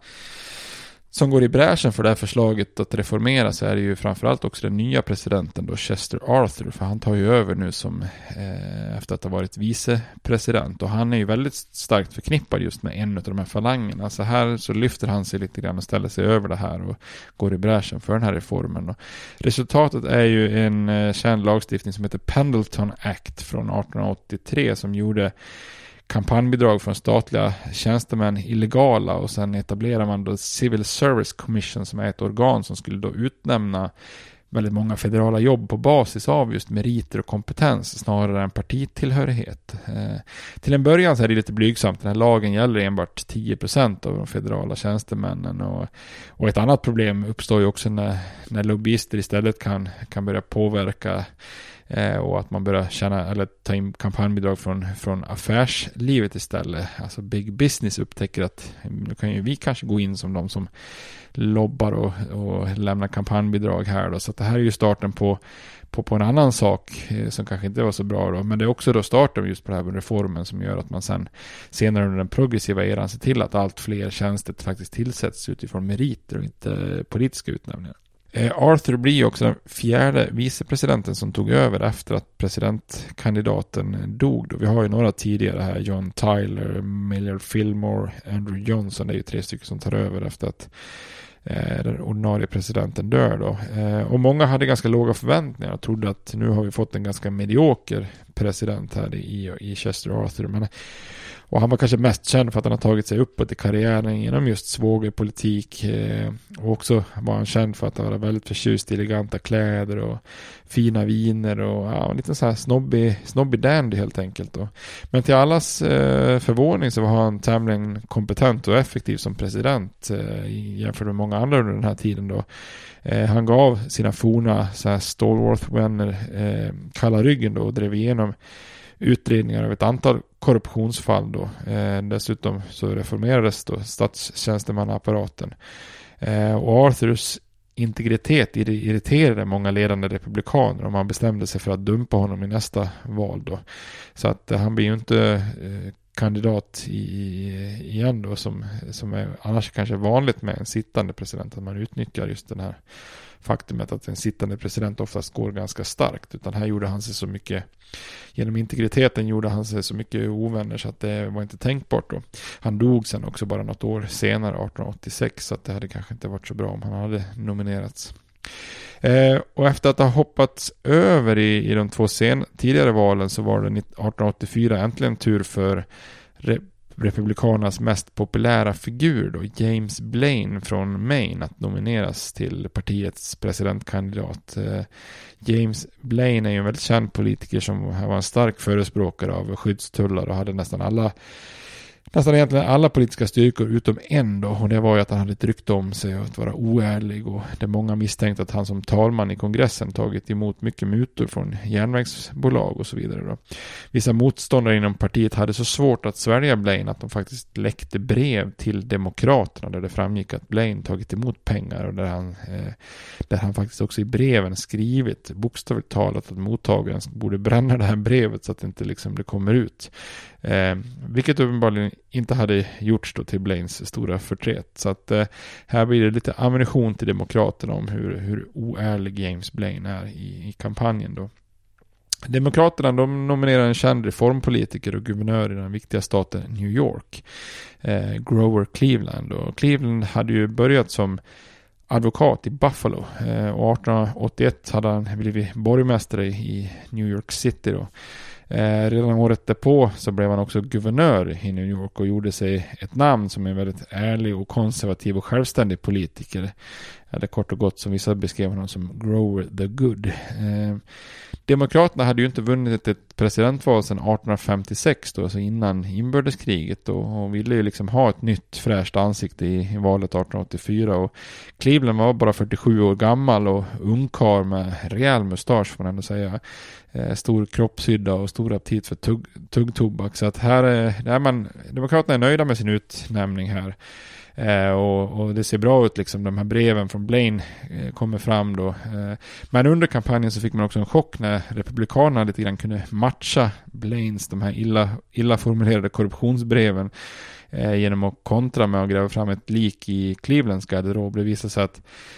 som går i bräschen för det här förslaget att reformera, så är det ju framförallt också den nya presidenten då, Chester Arthur, för han tar ju över nu som eh, efter att ha varit vicepresident, och han är ju väldigt starkt förknippad just med en av de här falangerna. Så här så lyfter han sig lite grann och ställer sig över det här och går i bräschen för den här reformen. Och resultatet är ju en eh, känd lagstiftning som heter Pendleton Act från arton åttiotre, som gjorde kampanjbidrag från statliga tjänstemän illegala, och sen etablerar man då Civil Service Commission, som är ett organ som skulle då utnämna väldigt många federala jobb på basis av just meriter och kompetens snarare än partitillhörighet. Eh, till en början så är det lite blygsamt. Den här lagen gäller enbart tio procent av de federala tjänstemännen, och, och ett annat problem uppstår ju också när, när lobbyister istället kan, kan börja påverka Eh, och att man börjar tjäna eller ta in kampanjbidrag från, från affärslivet istället. Alltså big business upptäcker att nu kan ju vi kanske gå in som de som lobbar och, och lämnar kampanjbidrag här då. Så att det här är ju starten på, på, på en annan sak eh, som kanske inte var så bra då. Men det är också då starten just på den här reformen som gör att man sen senare under den progressiva eran ser till att allt fler tjänster faktiskt tillsätts utifrån meriter och inte politiska utnämningar. Arthur blir också den fjärde vicepresidenten som tog över efter att presidentkandidaten dog. Då vi har ju några tidigare här, John Tyler, Millard Fillmore, Andrew Johnson. Det är ju tre stycken som tar över efter att eh, den ordinarie presidenten dör då. Eh, och många hade ganska låga förväntningar och trodde att nu har vi fått en ganska medioker president här i, i Chester Arthur. Men, och han var kanske mest känd för att han har tagit sig uppåt i karriären genom just svågerpolitik. Eh, och också var han känd för att han var väldigt förtjust i eleganta kläder och fina viner och ja, en liten så här snobbig, snobbig dandy helt enkelt. Då. Men till allas eh, förvåning så var han tämligen kompetent och effektiv som president eh, jämfört med många andra under den här tiden då. Eh, han gav sina forna så här Stalworth-vänner eh, kalla ryggen då och drev igenom utredningar av ett antal korruptionsfall då. Eh, dessutom så reformerades då statstjänstemannaapparaten. Eh, och Arthurs integritet irriterade många ledande republikaner och man bestämde sig för att dumpa honom i nästa val då. Så att eh, han blir ju inte eh, kandidat i, igen då som, som är annars kanske vanligt med en sittande president att man utnyttjar just den här faktumet att en sittande president oftast går ganska starkt, utan här gjorde han sig så mycket genom integriteten gjorde han sig så mycket ovänner så att det var inte tänkbart då. Han dog sen också bara något år senare, arton åttiosex, så att det hade kanske inte varit så bra om han hade nominerats. Eh, och efter att ha hoppats över i, i de två sen, tidigare valen så var det arton åttiofyra äntligen tur för re, republikanernas mest populära figur då, James Blaine från Maine, att nomineras till partiets presidentkandidat. Eh, James Blaine är ju en väldigt känd politiker som var en stark förespråkare av skyddstullar och hade nästan alla Nästan egentligen alla politiska styrkor utom en då, och det var ju att han hade ett rykte om sig att vara oärlig, och det många misstänkte att han som talman i kongressen tagit emot mycket mutor från järnvägsbolag och så vidare då. Vissa motståndare inom partiet hade så svårt att svälja Blaine att de faktiskt läckte brev till demokraterna där det framgick att Blaine tagit emot pengar, och där han, eh, där han faktiskt också i breven skrivit bokstavligt talat att mottagaren borde bränna det här brevet så att det inte liksom det kommer ut. Eh, vilket uppenbarligen inte hade gjorts då till Blaines stora förtret. Så att eh, här blir det lite ammunition till demokraterna om hur, hur oärlig James Blaine är i, i kampanjen då. Demokraterna de nominerar en känd reformpolitiker och guvernör i den viktiga staten New York, eh, Grover Cleveland. Och Cleveland hade ju börjat som advokat i Buffalo eh, och arton åttioett hade han blivit borgmästare i New York City då. Eh, redan året därpå så blev han också guvernör i New York och gjorde sig ett namn som en väldigt ärlig och konservativ och självständig politiker. Eller kort och gott som vissa beskrev honom som Grover the Good. Eh, Demokraterna hade ju inte vunnit ett presidentval sedan arton femtiosex då, alltså innan inbördeskriget då, och ville ju liksom ha ett nytt fräscht ansikte i, i valet arton åttiofyra, och Cleveland var bara fyrtiosju år gammal och ungkarl med rejäl mustasch får man ändå säga. Eh, stor kroppshydda och stor aptit för tugg, tuggtobak, så att här är, där man, Demokraterna är nöjda med sin utnämning här. Eh, och, och det ser bra ut liksom, de här breven från Blaine eh, kommer fram då. Eh, men under kampanjen så fick man också en chock när republikanerna lite grann kunde matcha Blaines de här illa, illa formulerade korruptionsbreven eh, genom att kontra med att gräva fram ett lik i Clevelands garderob. Det visade sig att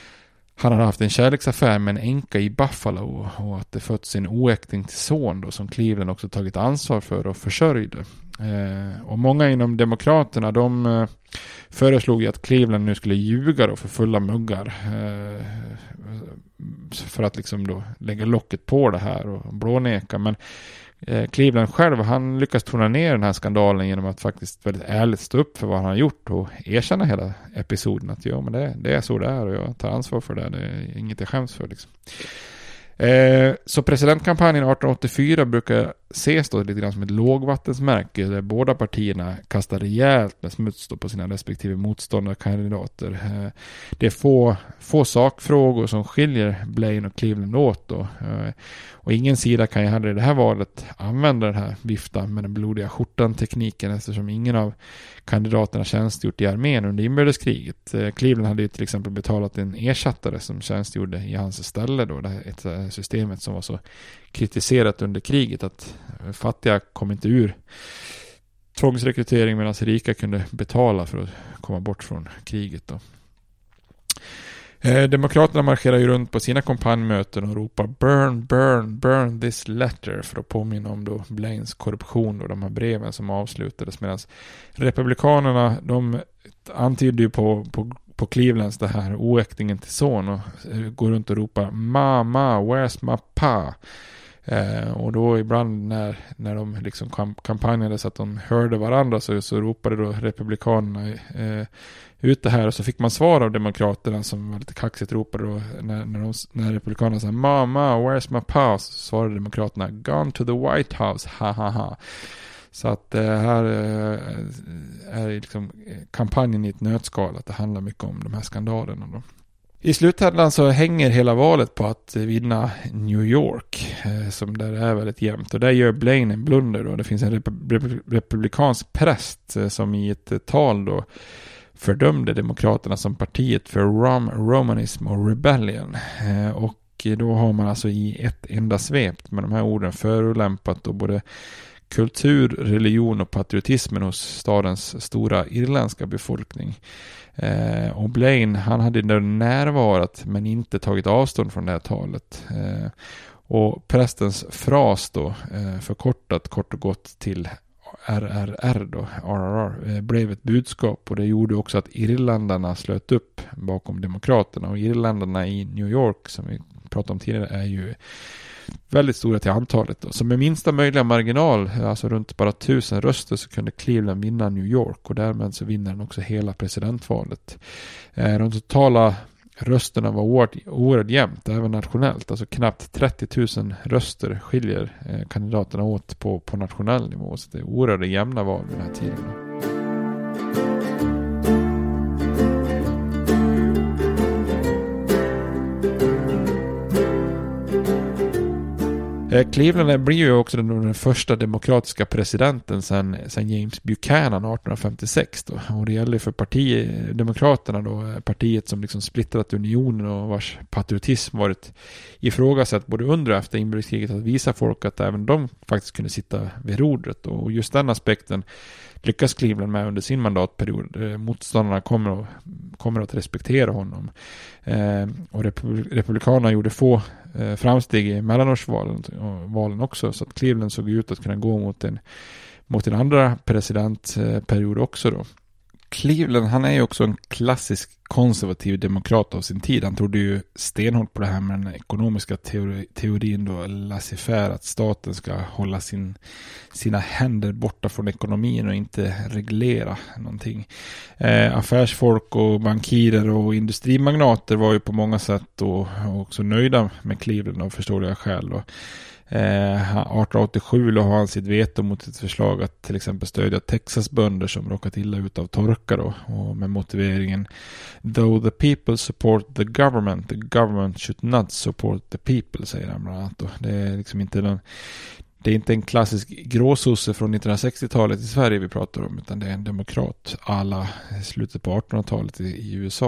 han hade haft en kärleksaffär med en änka i Buffalo och att det fötts en oäkting till son då, som Cleveland också tagit ansvar för och försörjde. Eh, och många inom demokraterna de eh, föreslog ju att Cleveland nu skulle ljuga då för fulla muggar eh, för att liksom då lägga locket på det här och blåneka. Men eh, Cleveland själv, han lyckas tona ner den här skandalen genom att faktiskt väldigt ärligt stå upp för vad han har gjort och erkänna hela episoden att ja, men det, det är så det är och jag tar ansvar för det. Det är inget jag skäms för liksom. Eh, så presidentkampanjen arton åttiofyra brukar ses då lite grann som ett lågvattensmärke där båda partierna kastar rejält med smuts då på sina respektive motståndarkandidater. Eh, det är få, få sakfrågor som skiljer Blaine och Cleveland åt då. Eh, och ingen sida kan ju heller i det här valet använda den här viftan med den blodiga skjortan-tekniken eftersom ingen av kandidaterna tjänstgjort i armén under inbördeskriget. Eh, Cleveland hade ju till exempel betalat en ersättare som tjänstgjorde i hans ställe då. Det här ett uh, systemet som var så kritiserat under kriget att fattiga kom inte ur tvångsrekrytering medan rika kunde betala för att komma bort från kriget då. Eh, Demokraterna marscherar ju runt på sina kampanjmöten och ropar burn, burn, burn this letter för att påminna om då Blaines korruption och de här breven som avslutades, medan republikanerna de antydde ju på, på på Clevelands det här oäktingen till son och går runt och ropar "Mama, where's my pa?" Eh, och då ibland när, när de liksom kamp- kampanjade så att de hörde varandra så, så ropade då republikanerna eh, ut det här och så fick man svar av demokraterna som var lite kaxigt ropade då när, när, de, när republikanerna sa "Mama, where's my pa?" så svarade demokraterna "Gone to the White House, ha ha ha." Så att det eh, här eh, är liksom kampanjen i ett nötskal, att det handlar mycket om de här skandalerna då. I slutändan så hänger hela valet på att vinna New York, eh, som där är väldigt jämnt. Och där gör Blaine en blunder då. Det finns en rep- rep- republikansk präst eh, som i ett eh, tal då fördömde demokraterna som partiet för rom, romanism och rebellion. Eh, och då har man alltså i ett enda svep med de här orden förolämpat då både kultur, religion och patriotismen hos stadens stora irländska befolkning. Eh, och Blaine, han hade närvarat men inte tagit avstånd från det här talet. Eh, och prästens fras då, eh, förkortat kort och gott till R R R då, R R R, eh, blev ett budskap, och det gjorde också att irländarna slöt upp bakom demokraterna. Och irländarna i New York, som vi pratade om tidigare, är ju väldigt stora till antalet då. Så med minsta möjliga marginal, alltså runt bara tusen röster, så kunde Cleveland vinna New York, och därmed så vinner den också hela presidentvalet. Eh, de totala rösterna var oerhört, oerhört jämnt, även nationellt. Alltså knappt trettio tusen röster skiljer eh, kandidaterna åt på, på nationell nivå. Så det är oerhört jämna val vid den här tiden då. Cleveland blir ju också den, den första demokratiska presidenten sedan sen James Buchanan arton femtiosex då. Och det gäller för parti, demokraterna då, partiet som liksom splittrat unionen och vars patriotism varit ifrågasatt både under och efter inbördeskriget, att visa folk att även de faktiskt kunde sitta vid rodret. Och just den aspekten lyckas Cleveland med under sin mandatperiod. Motståndarna kommer att, kommer att respektera honom. Eh, och republi- republikanerna gjorde få eh, framsteg i mellanårsvalen och valen också, så att Cleveland såg ut att kunna gå mot en, mot en andra presidentperiod också då. Cleveland, han är ju också en klassisk konservativ demokrat av sin tid. Han trodde ju stenhårt på det här med den ekonomiska teori, teorin då, laissez-faire, att staten ska hålla sin, sina händer borta från ekonomin och inte reglera någonting. Eh, affärsfolk och bankirer och industrimagnater var ju på många sätt då också nöjda med Cleveland av förståeliga skäl då. Eh, arton åttiosju la han sitt veto mot ett förslag att till exempel stödja Texasbönder som råkat illa ut av torka då, och med motiveringen "Though the people support the government, the government should not support the people", säger han bland annat då. Det är liksom inte någon, det är inte en klassisk gråsosse från nittonhundrasextiotalet i Sverige vi pratar om, utan det är en demokrat alla slutet på artonhundratalet i, i U S A.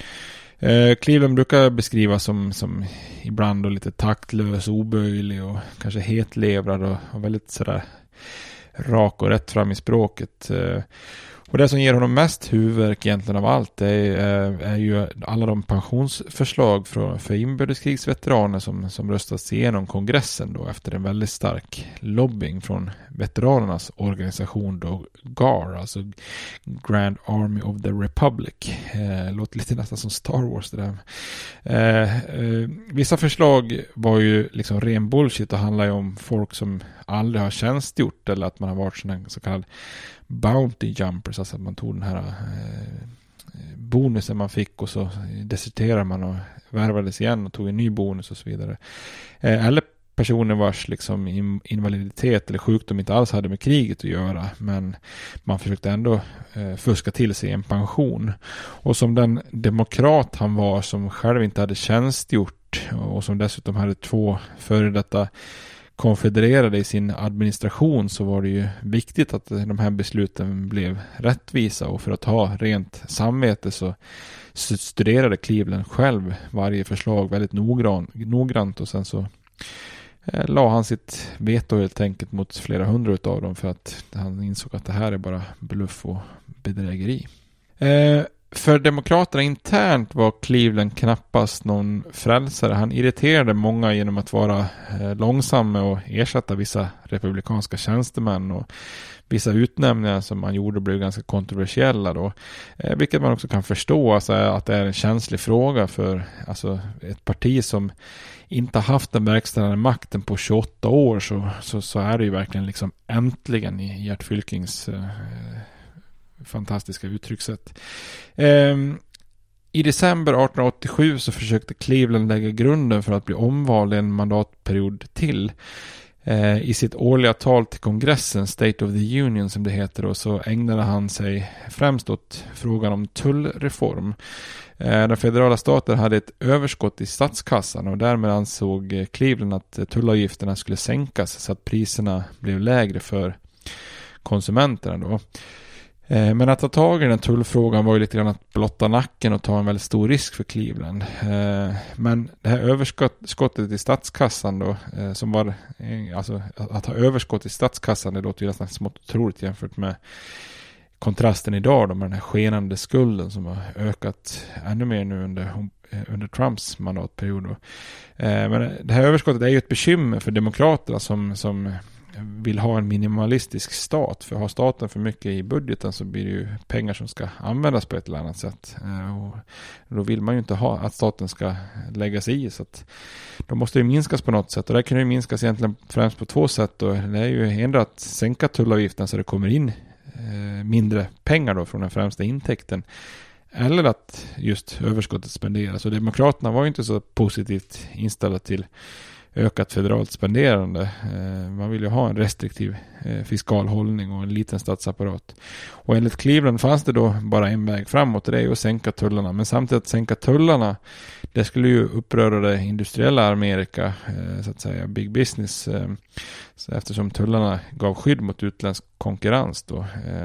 Eh, Cleveland brukar beskrivas som, som ibland då lite taktlös, oböjlig och kanske hetlevrad och, och väldigt sådär rak och rätt fram i språket. Eh, och det som ger honom mest huvudvärk egentligen av allt är, är, är ju alla de pensionsförslag för, för inbördeskrigsveteraner som, som röstats igenom kongressen då efter en väldigt stark lobbying från veteranernas organisation då, G A R, alltså Grand Army of the Republic. Eh, låter lite nästan som Star Wars det där. Eh, eh, vissa förslag var ju liksom ren bullshit och handlar ju om folk som aldrig har tjänstgjort eller att man har varit sån så kallad bounty jumpers, alltså att man tog den här eh, bonusen man fick och så deserterade man och värvades igen och tog en ny bonus och så vidare. Eh, eller personer vars liksom invaliditet eller sjukdom inte alls hade med kriget att göra, men man försökte ändå eh, fuska till sig en pension. Och som den demokrat han var, som själv inte hade tjänstgjort och som dessutom hade två före detta konfedererade i sin administration, så var det ju viktigt att de här besluten blev rättvisa, och för att ha rent samvete så studerade Cleveland själv varje förslag väldigt noggrant, noggrant och sen så eh, la han sitt veto helt enkelt mot flera hundra av dem, för att han insåg att det här är bara bluff och bedrägeri. Eh, För demokraterna internt var Cleveland knappast någon frälsare. Han irriterade många genom att vara eh, långsam och ersätta vissa republikanska tjänstemän och vissa utnämningar som man gjorde blev ganska kontroversiella då. Eh, vilket man också kan förstå, alltså, att det är en känslig fråga för alltså, ett parti som inte har haft den verkställande makten på tjugoåtta år, så, så, så är det ju verkligen liksom äntligen i Gert Fylkings eh, fantastiska uttryckssätt. Eh, I december arton åttiosju så försökte Cleveland lägga grunden för att bli omvald en mandatperiod till. Eh, I sitt årliga tal till kongressen, State of the Union som det heter då, så ägnade han sig främst åt frågan om tullreform. Eh, den federala staten hade ett överskott i statskassan och därmed ansåg Cleveland att tullavgifterna skulle sänkas så att priserna blev lägre för konsumenterna då. Men att ta tag i den tullfrågan var ju lite grann att blotta nacken och ta en väldigt stor risk för Cleveland. Men det här överskottet i statskassan då, som var, alltså att ha överskott i statskassan, det låter ju nästan smått otroligt jämfört med kontrasten idag då, med den här skenande skulden som har ökat ännu mer nu under, under Trumps mandatperiod då. Men det här överskottet är ju ett bekymmer för demokraterna som, som vill ha en minimalistisk stat. För har staten för mycket i budgeten så blir det ju pengar som ska användas på ett eller annat sätt. Och då vill man ju inte ha att staten ska lägga sig i. Så att de måste ju minskas på något sätt. Och det kan ju minskas egentligen främst på två sätt. Och det är ju ändå att sänka tullavgiften så det kommer in mindre pengar då från den främsta intäkten. Eller att just överskottet spenderas. Och demokraterna var ju inte så positivt inställda till ökat federalt spenderande. Man vill ju ha en restriktiv fiskal hållning och en liten statsapparat. Och enligt Cleveland fanns det då bara en väg framåt, och det är ju att sänka tullarna. Men samtidigt att sänka tullarna, det skulle ju uppröra det industriella Amerika, så att säga, big business, så eftersom tullarna gav skydd mot utländsk konkurrens då.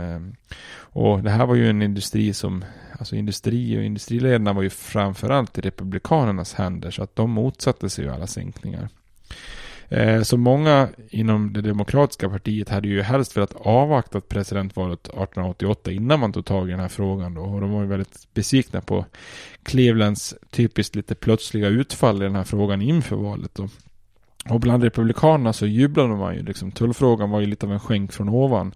Och det här var ju en industri som, alltså industri och industriledarna var ju framförallt i republikanernas händer, så att de motsatte sig ju alla sänkningar. Eh, så många inom det demokratiska partiet hade ju helst velat avvakta presidentvalet arton åttioåtta innan man tog tag i den här frågan då. Och de var ju väldigt besvikna på Clevelands typiskt lite plötsliga utfall i den här frågan inför valet då. Och bland republikanerna så jublade man ju liksom, tullfrågan var ju lite av en skänk från ovan.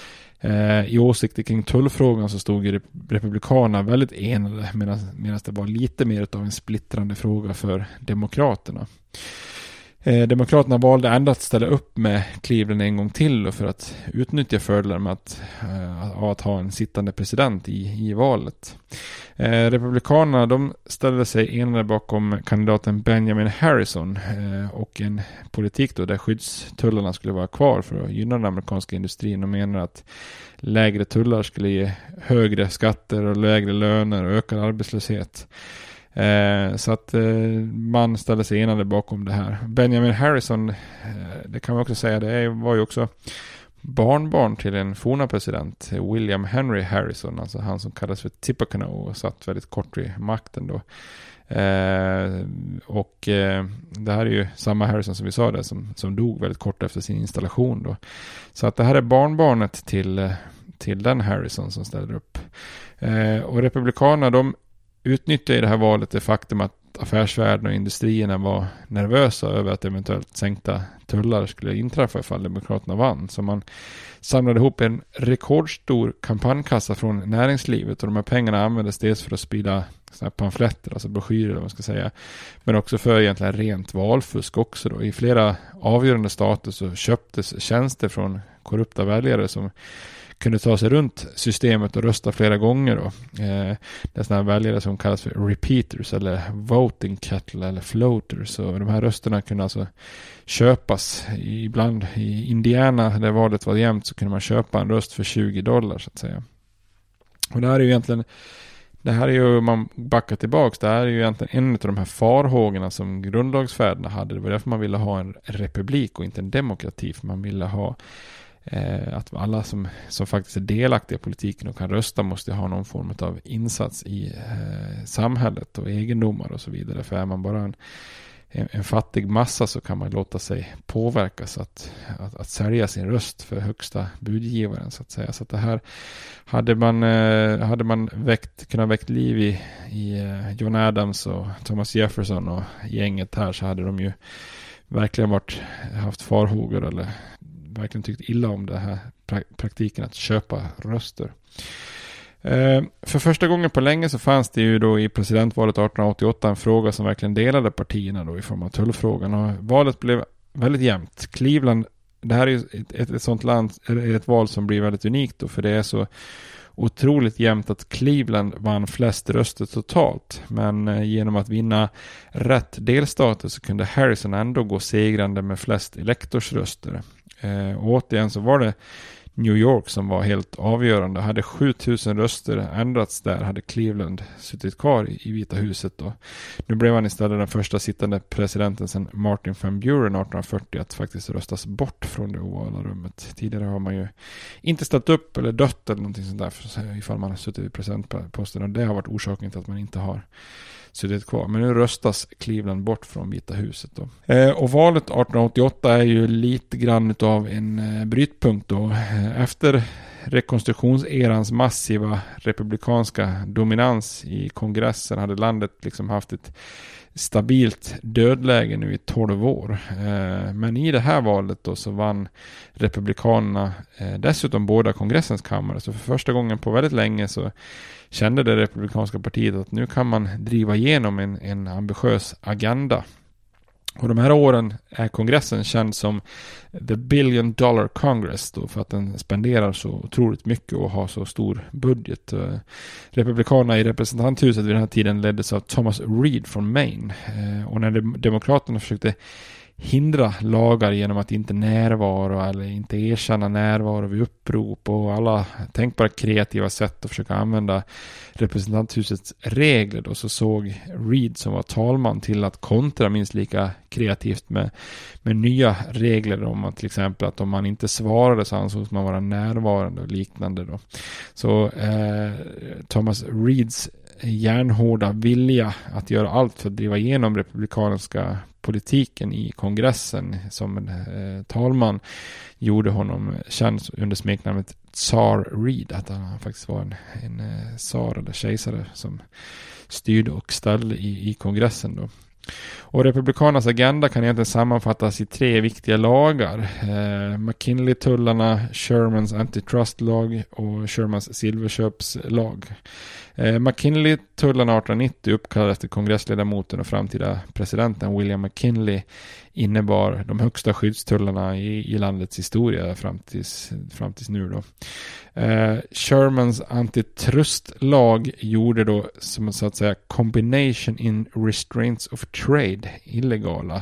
Eh, I åsikter kring tullfrågan så stod ju republikanerna väldigt enade, medan, medan det var lite mer av en splittrande fråga för demokraterna. Eh, demokraterna valde ändå att ställa upp med Cleveland en gång till för att utnyttja fördelar med att, eh, att ha en sittande president i, i valet. Eh, republikanerna de ställde sig enade bakom kandidaten Benjamin Harrison eh, och en politik då där skyddstullarna skulle vara kvar för att gynna den amerikanska industrin, och menar att lägre tullar skulle ge högre skatter och lägre löner och ökad arbetslöshet. Eh, så att eh, man ställde sig enade bakom det här. Benjamin Harrison, eh, det kan man också säga, det var ju också barnbarn till en forna president, William Henry Harrison, alltså han som kallas för Tippecanoe och satt väldigt kort i makten då. Eh, och eh, det här är ju samma Harrison som vi sa där, som, som dog väldigt kort efter sin installation då. Så att det här är barnbarnet till, till den Harrison som ställer upp. Eh, och republikanerna, de utnyttjar i det här valet det faktum att affärsvärlden och industrierna var nervösa över att eventuellt sänkta tullar skulle inträffa ifall demokraterna vann. Så man samlade ihop en rekordstor kampanjkassa från näringslivet, och de här pengarna användes dels för att sprida såna här pamfletter, alltså broschyrer eller vad man ska säga, men också för egentligen rent valfusk också då. I flera avgörande stater så köptes tjänster från korrupta väljare som kunde ta sig runt systemet och rösta flera gånger då. Eh, det är sådana här väljare som kallas för repeaters eller voting cattle eller floaters, så de här rösterna kunde alltså köpas. Ibland i Indiana där valet var jämnt så kunde man köpa en röst för tjugo dollar så att säga. Och det här är ju egentligen, det här är ju, om man backar tillbaks, det här är ju egentligen en av de här farhågorna som grundlagsfäderna hade. Det var därför man ville ha en republik och inte en demokrati, för man ville ha Eh, att alla som, som faktiskt är delaktiga i politiken och kan rösta måste ha någon form av insats i eh, samhället och egendomar och så vidare. För är man bara en, en, en fattig massa så kan man låta sig påverkas att, att, att sälja sin röst för högsta budgivaren så att säga. Så att det här hade man, eh, hade man väckt, kunnat väckt liv i, i eh, John Adams och Thomas Jefferson och gänget här, så hade de ju verkligen varit, haft farhågor eller verkligen tyckt illa om det här pra- praktiken att köpa röster. Eh, för första gången på länge så fanns det ju då i presidentvalet arton åttioåtta en fråga som verkligen delade partierna då i form av tullfrågan, och valet blev väldigt jämnt. Cleveland, det här är ju ett, ett, ett sånt land, ett val som blir väldigt unikt då, för det är så otroligt jämnt att Cleveland vann flest röster totalt, men eh, genom att vinna rätt delstater så kunde Harrison ändå gå segrande med flest elektorsröster. Eh, och återigen så var det New York som var helt avgörande. Hade sjutusen röster ändrats där hade Cleveland suttit kvar i, i Vita huset då. Nu blev han istället den första sittande presidenten sedan Martin Van Buren arton fyrtio att faktiskt röstas bort från det ovala rummet. Tidigare har man ju inte ställt upp eller dött eller någonting sånt där ifall man har suttit i presidentposten, och det har varit orsaken till att man inte har suttit kvar. Men nu röstas Cleveland bort från Vita huset då. Eh, och valet arton åttioåtta är ju lite grann av en eh, brytpunkt då. Eh, efter rekonstruktionserans massiva republikanska dominans i kongressen hade landet liksom haft ett stabilt dödläge nu i tolv år. Eh, men i det här valet då så vann republikanerna eh, dessutom båda kongressens kammare. Så för första gången på väldigt länge så kände det republikanska partiet att nu kan man driva igenom en, en ambitiös agenda. Och de här åren är kongressen känd som The Billion Dollar Congress då, för att den spenderar så otroligt mycket och har så stor budget. Republikanerna i representanthuset vid den här tiden leddes av Thomas Reed från Maine. Och när demokraterna försökte hindra lagar genom att inte närvara eller inte erkänna närvaro vid upprop och alla tänkbara kreativa sätt att försöka använda representanthusets regler då, så såg Reed som var talman till att kontra minst lika kreativt med, med nya regler om att till exempel att om man inte svarade så ansågs man vara närvarande och liknande då. Så eh, Thomas Reeds järnhårda vilja att göra allt för att driva igenom republikanska politiken i kongressen som en eh, talman gjorde honom känd under smeknamnet Tsar Reed, att han faktiskt var en, en eh, tsar eller kejsare som styrde och ställde i, i kongressen då. Och republikanernas agenda kan egentligen sammanfattas i tre viktiga lagar. Eh, McKinley-tullarna, Shermans antitrustlag och Shermans silverköpslag. Eh, McKinley-tullarna arton nittio uppkallade efter kongressledamoten och framtida presidenten William McKinley innebar de högsta skyddstullarna i, i landets historia fram tills, fram tills nu då. Eh, Shermans antitrustlag gjorde då som så att säga combination in restraints of trade illegala.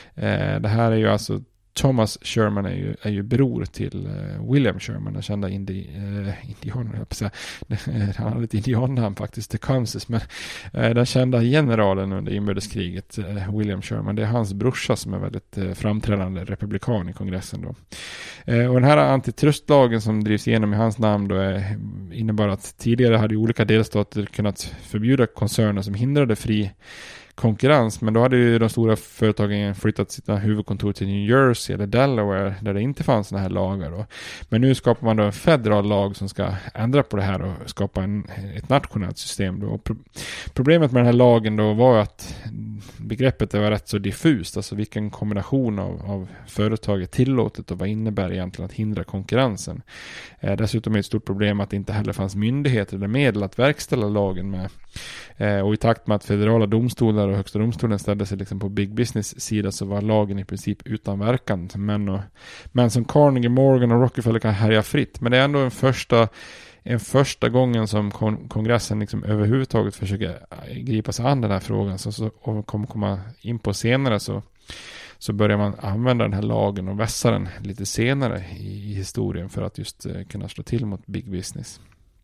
Eh, det här är ju alltså Thomas Sherman är ju, är ju bror till uh, William Sherman, den kända indi, uh, indianen, jag säga. Han hade ett indiannamn faktiskt, till Kansas, men uh, den kända generalen under inbördeskriget, uh, William Sherman, det är hans brorsa som är väldigt uh, framträdande republikan i kongressen då. Uh, och den här antitrustlagen som drivs igenom i hans namn då är, innebär att tidigare hade olika delstater kunnat förbjuda koncerner som hindrade fri konkurrens, men då hade ju de stora företagen flyttat sina huvudkontor till New Jersey eller Delaware där det inte fanns såna här lagar då. Men nu skapar man då en federal lag som ska ändra på det här och skapa en, ett nationellt system då. Och pro- problemet med den här lagen då var att begreppet var rätt så diffust, alltså vilken kombination av, av företag är tillåtet och vad innebär egentligen att hindra konkurrensen. Eh, dessutom är det ett stort problem att det inte heller fanns myndigheter eller medel att verkställa lagen med. Eh, och i takt med att federala domstolar och högsta domstolen ställde sig liksom på big business sida så var lagen i princip utan verkan. Men, och, men som Carnegie, Morgan och Rockefeller kan härja fritt. Men det är ändå en första, en första gången som kon- kongressen liksom överhuvudtaget försöker gripa sig an den här frågan. Så, så, och kommer komma in på senare så, så börjar man använda den här lagen och vässa den lite senare i, i historien för att just eh, kunna slå till mot big business.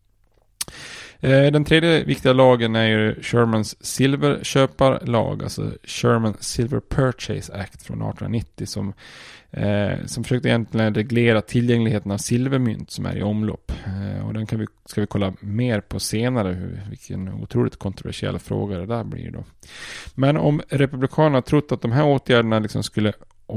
Den tredje viktiga lagen är ju Shermans silverköparlag, alltså Sherman Silver Purchase Act från arton nittio som, eh, som försökte egentligen reglera tillgängligheten av silvermynt som är i omlopp. Eh, och den kan vi, ska vi kolla mer på senare, hur, vilken otroligt kontroversiell fråga det där blir då. Men om republikanerna trott att de här åtgärderna liksom skulle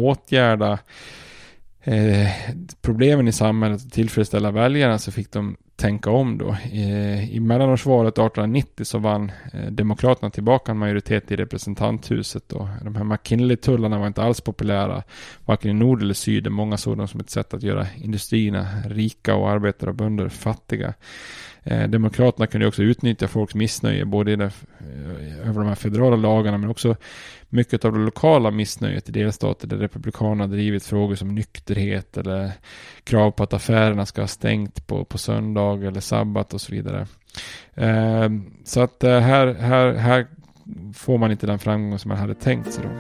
åtgärda Eh, problemen i samhället och tillfredsställa väljarna, så fick de tänka om då. I, i mellanårsvalet arton nittio så vann eh, Demokraterna tillbaka en majoritet i representanthuset. Och de här McKinley-tullarna var inte alls populära, varken i nord eller syd. Många såg dem som ett sätt att göra industrierna rika och arbetare och bönder fattiga. Eh, Demokraterna kunde också utnyttja folks missnöje både i det, eh, över de här federala lagarna, men också mycket av det lokala missnöjet i delstater där republikanerna drivit frågor som nykterhet eller krav på att affärerna ska ha stängt på, på söndag eller sabbat och så vidare. Eh, så att eh, här, här, här får man inte den framgång som man hade tänkt sig då.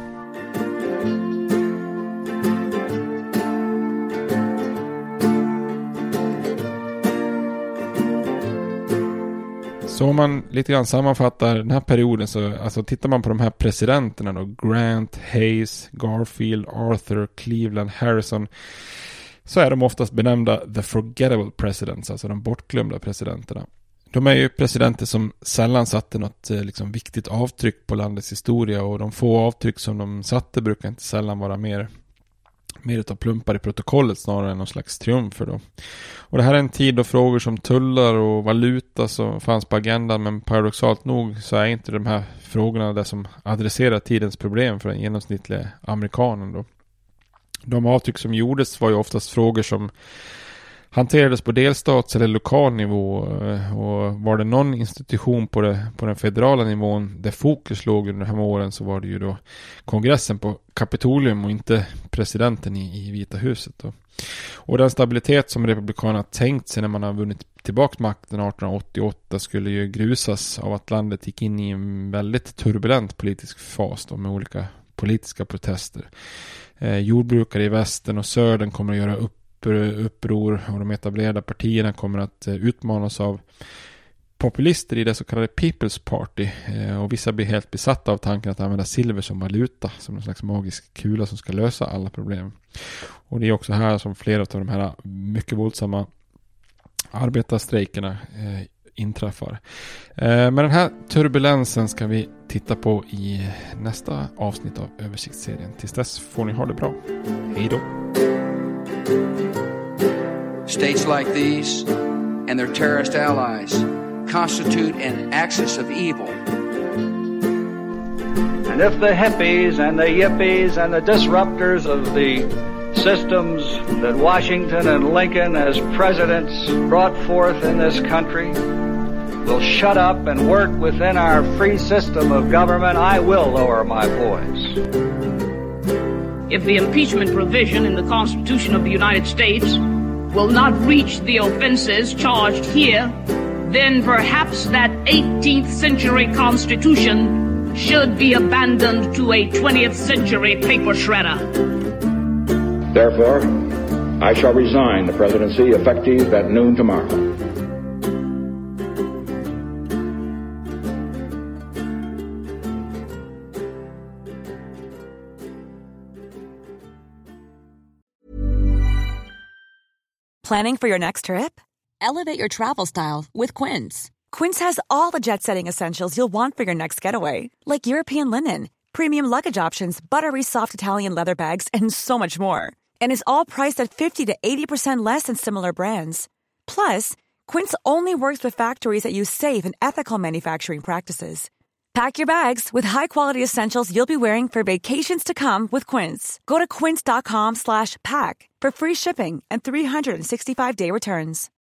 Så om man lite grann sammanfattar den här perioden, så alltså tittar man på de här presidenterna då, Grant, Hayes, Garfield, Arthur, Cleveland, Harrison, så är de oftast benämnda the forgettable presidents, alltså de bortglömda presidenterna. De är ju presidenter som sällan satte något liksom viktigt avtryck på landets historia, och de få avtryck som de satte brukar inte sällan vara mer mer utav plumpar i protokollet snarare än någon slags triumfer då. Och det här är en tid då frågor som tullar och valuta som fanns på agendan, men paradoxalt nog så är inte de här frågorna det som adresserar tidens problem för den genomsnittliga amerikanen då. De avtryck som gjordes var ju oftast frågor som hanterades på delstats- eller lokal nivå, och var det någon institution på, det, på den federala nivån där fokus låg under de här åren, så var det ju då kongressen på Kapitolium och inte presidenten i, i Vita huset då. Och den stabilitet som republikanerna tänkt sig när man har vunnit tillbaka makten arton åttioåtta skulle ju grusas av att landet gick in i en väldigt turbulent politisk fas då, med olika politiska protester. Eh, jordbrukare i västern och södern kommer att göra upp uppror, och de etablerade partierna kommer att utmanas av populister i det så kallade People's Party, och vissa blir helt besatta av tanken att använda silver som valuta, som en slags magisk kula som ska lösa alla problem. Och det är också här som flera av de här mycket våldsamma arbetarstrejkerna eh, inträffar. Eh, men den här turbulensen ska vi titta på i nästa avsnitt av översiktsserien. Tills dess får ni ha det bra. Hej då! States like these and their terrorist allies constitute an axis of evil. And if the hippies and the yippies and the disruptors of the systems that Washington and Lincoln as presidents brought forth in this country will shut up and work within our free system of government, I will lower my voice. If the impeachment provision in the Constitution of the United States will not reach the offenses charged here, then perhaps that eighteenth century Constitution should be abandoned to a twentieth century paper shredder. Therefore, I shall resign the presidency effective at noon tomorrow. Planning for your next trip? Elevate your travel style with Quince. Quince has all the jet-setting essentials you'll want for your next getaway, like European linen, premium luggage options, buttery soft Italian leather bags, and so much more. And is all priced at fifty to eighty percent less than similar brands. Plus, Quince only works with factories that use safe and ethical manufacturing practices. Pack your bags with high-quality essentials you'll be wearing for vacations to come with Quince. Go to quince dot com slash pack for free shipping and three sixty-five day returns.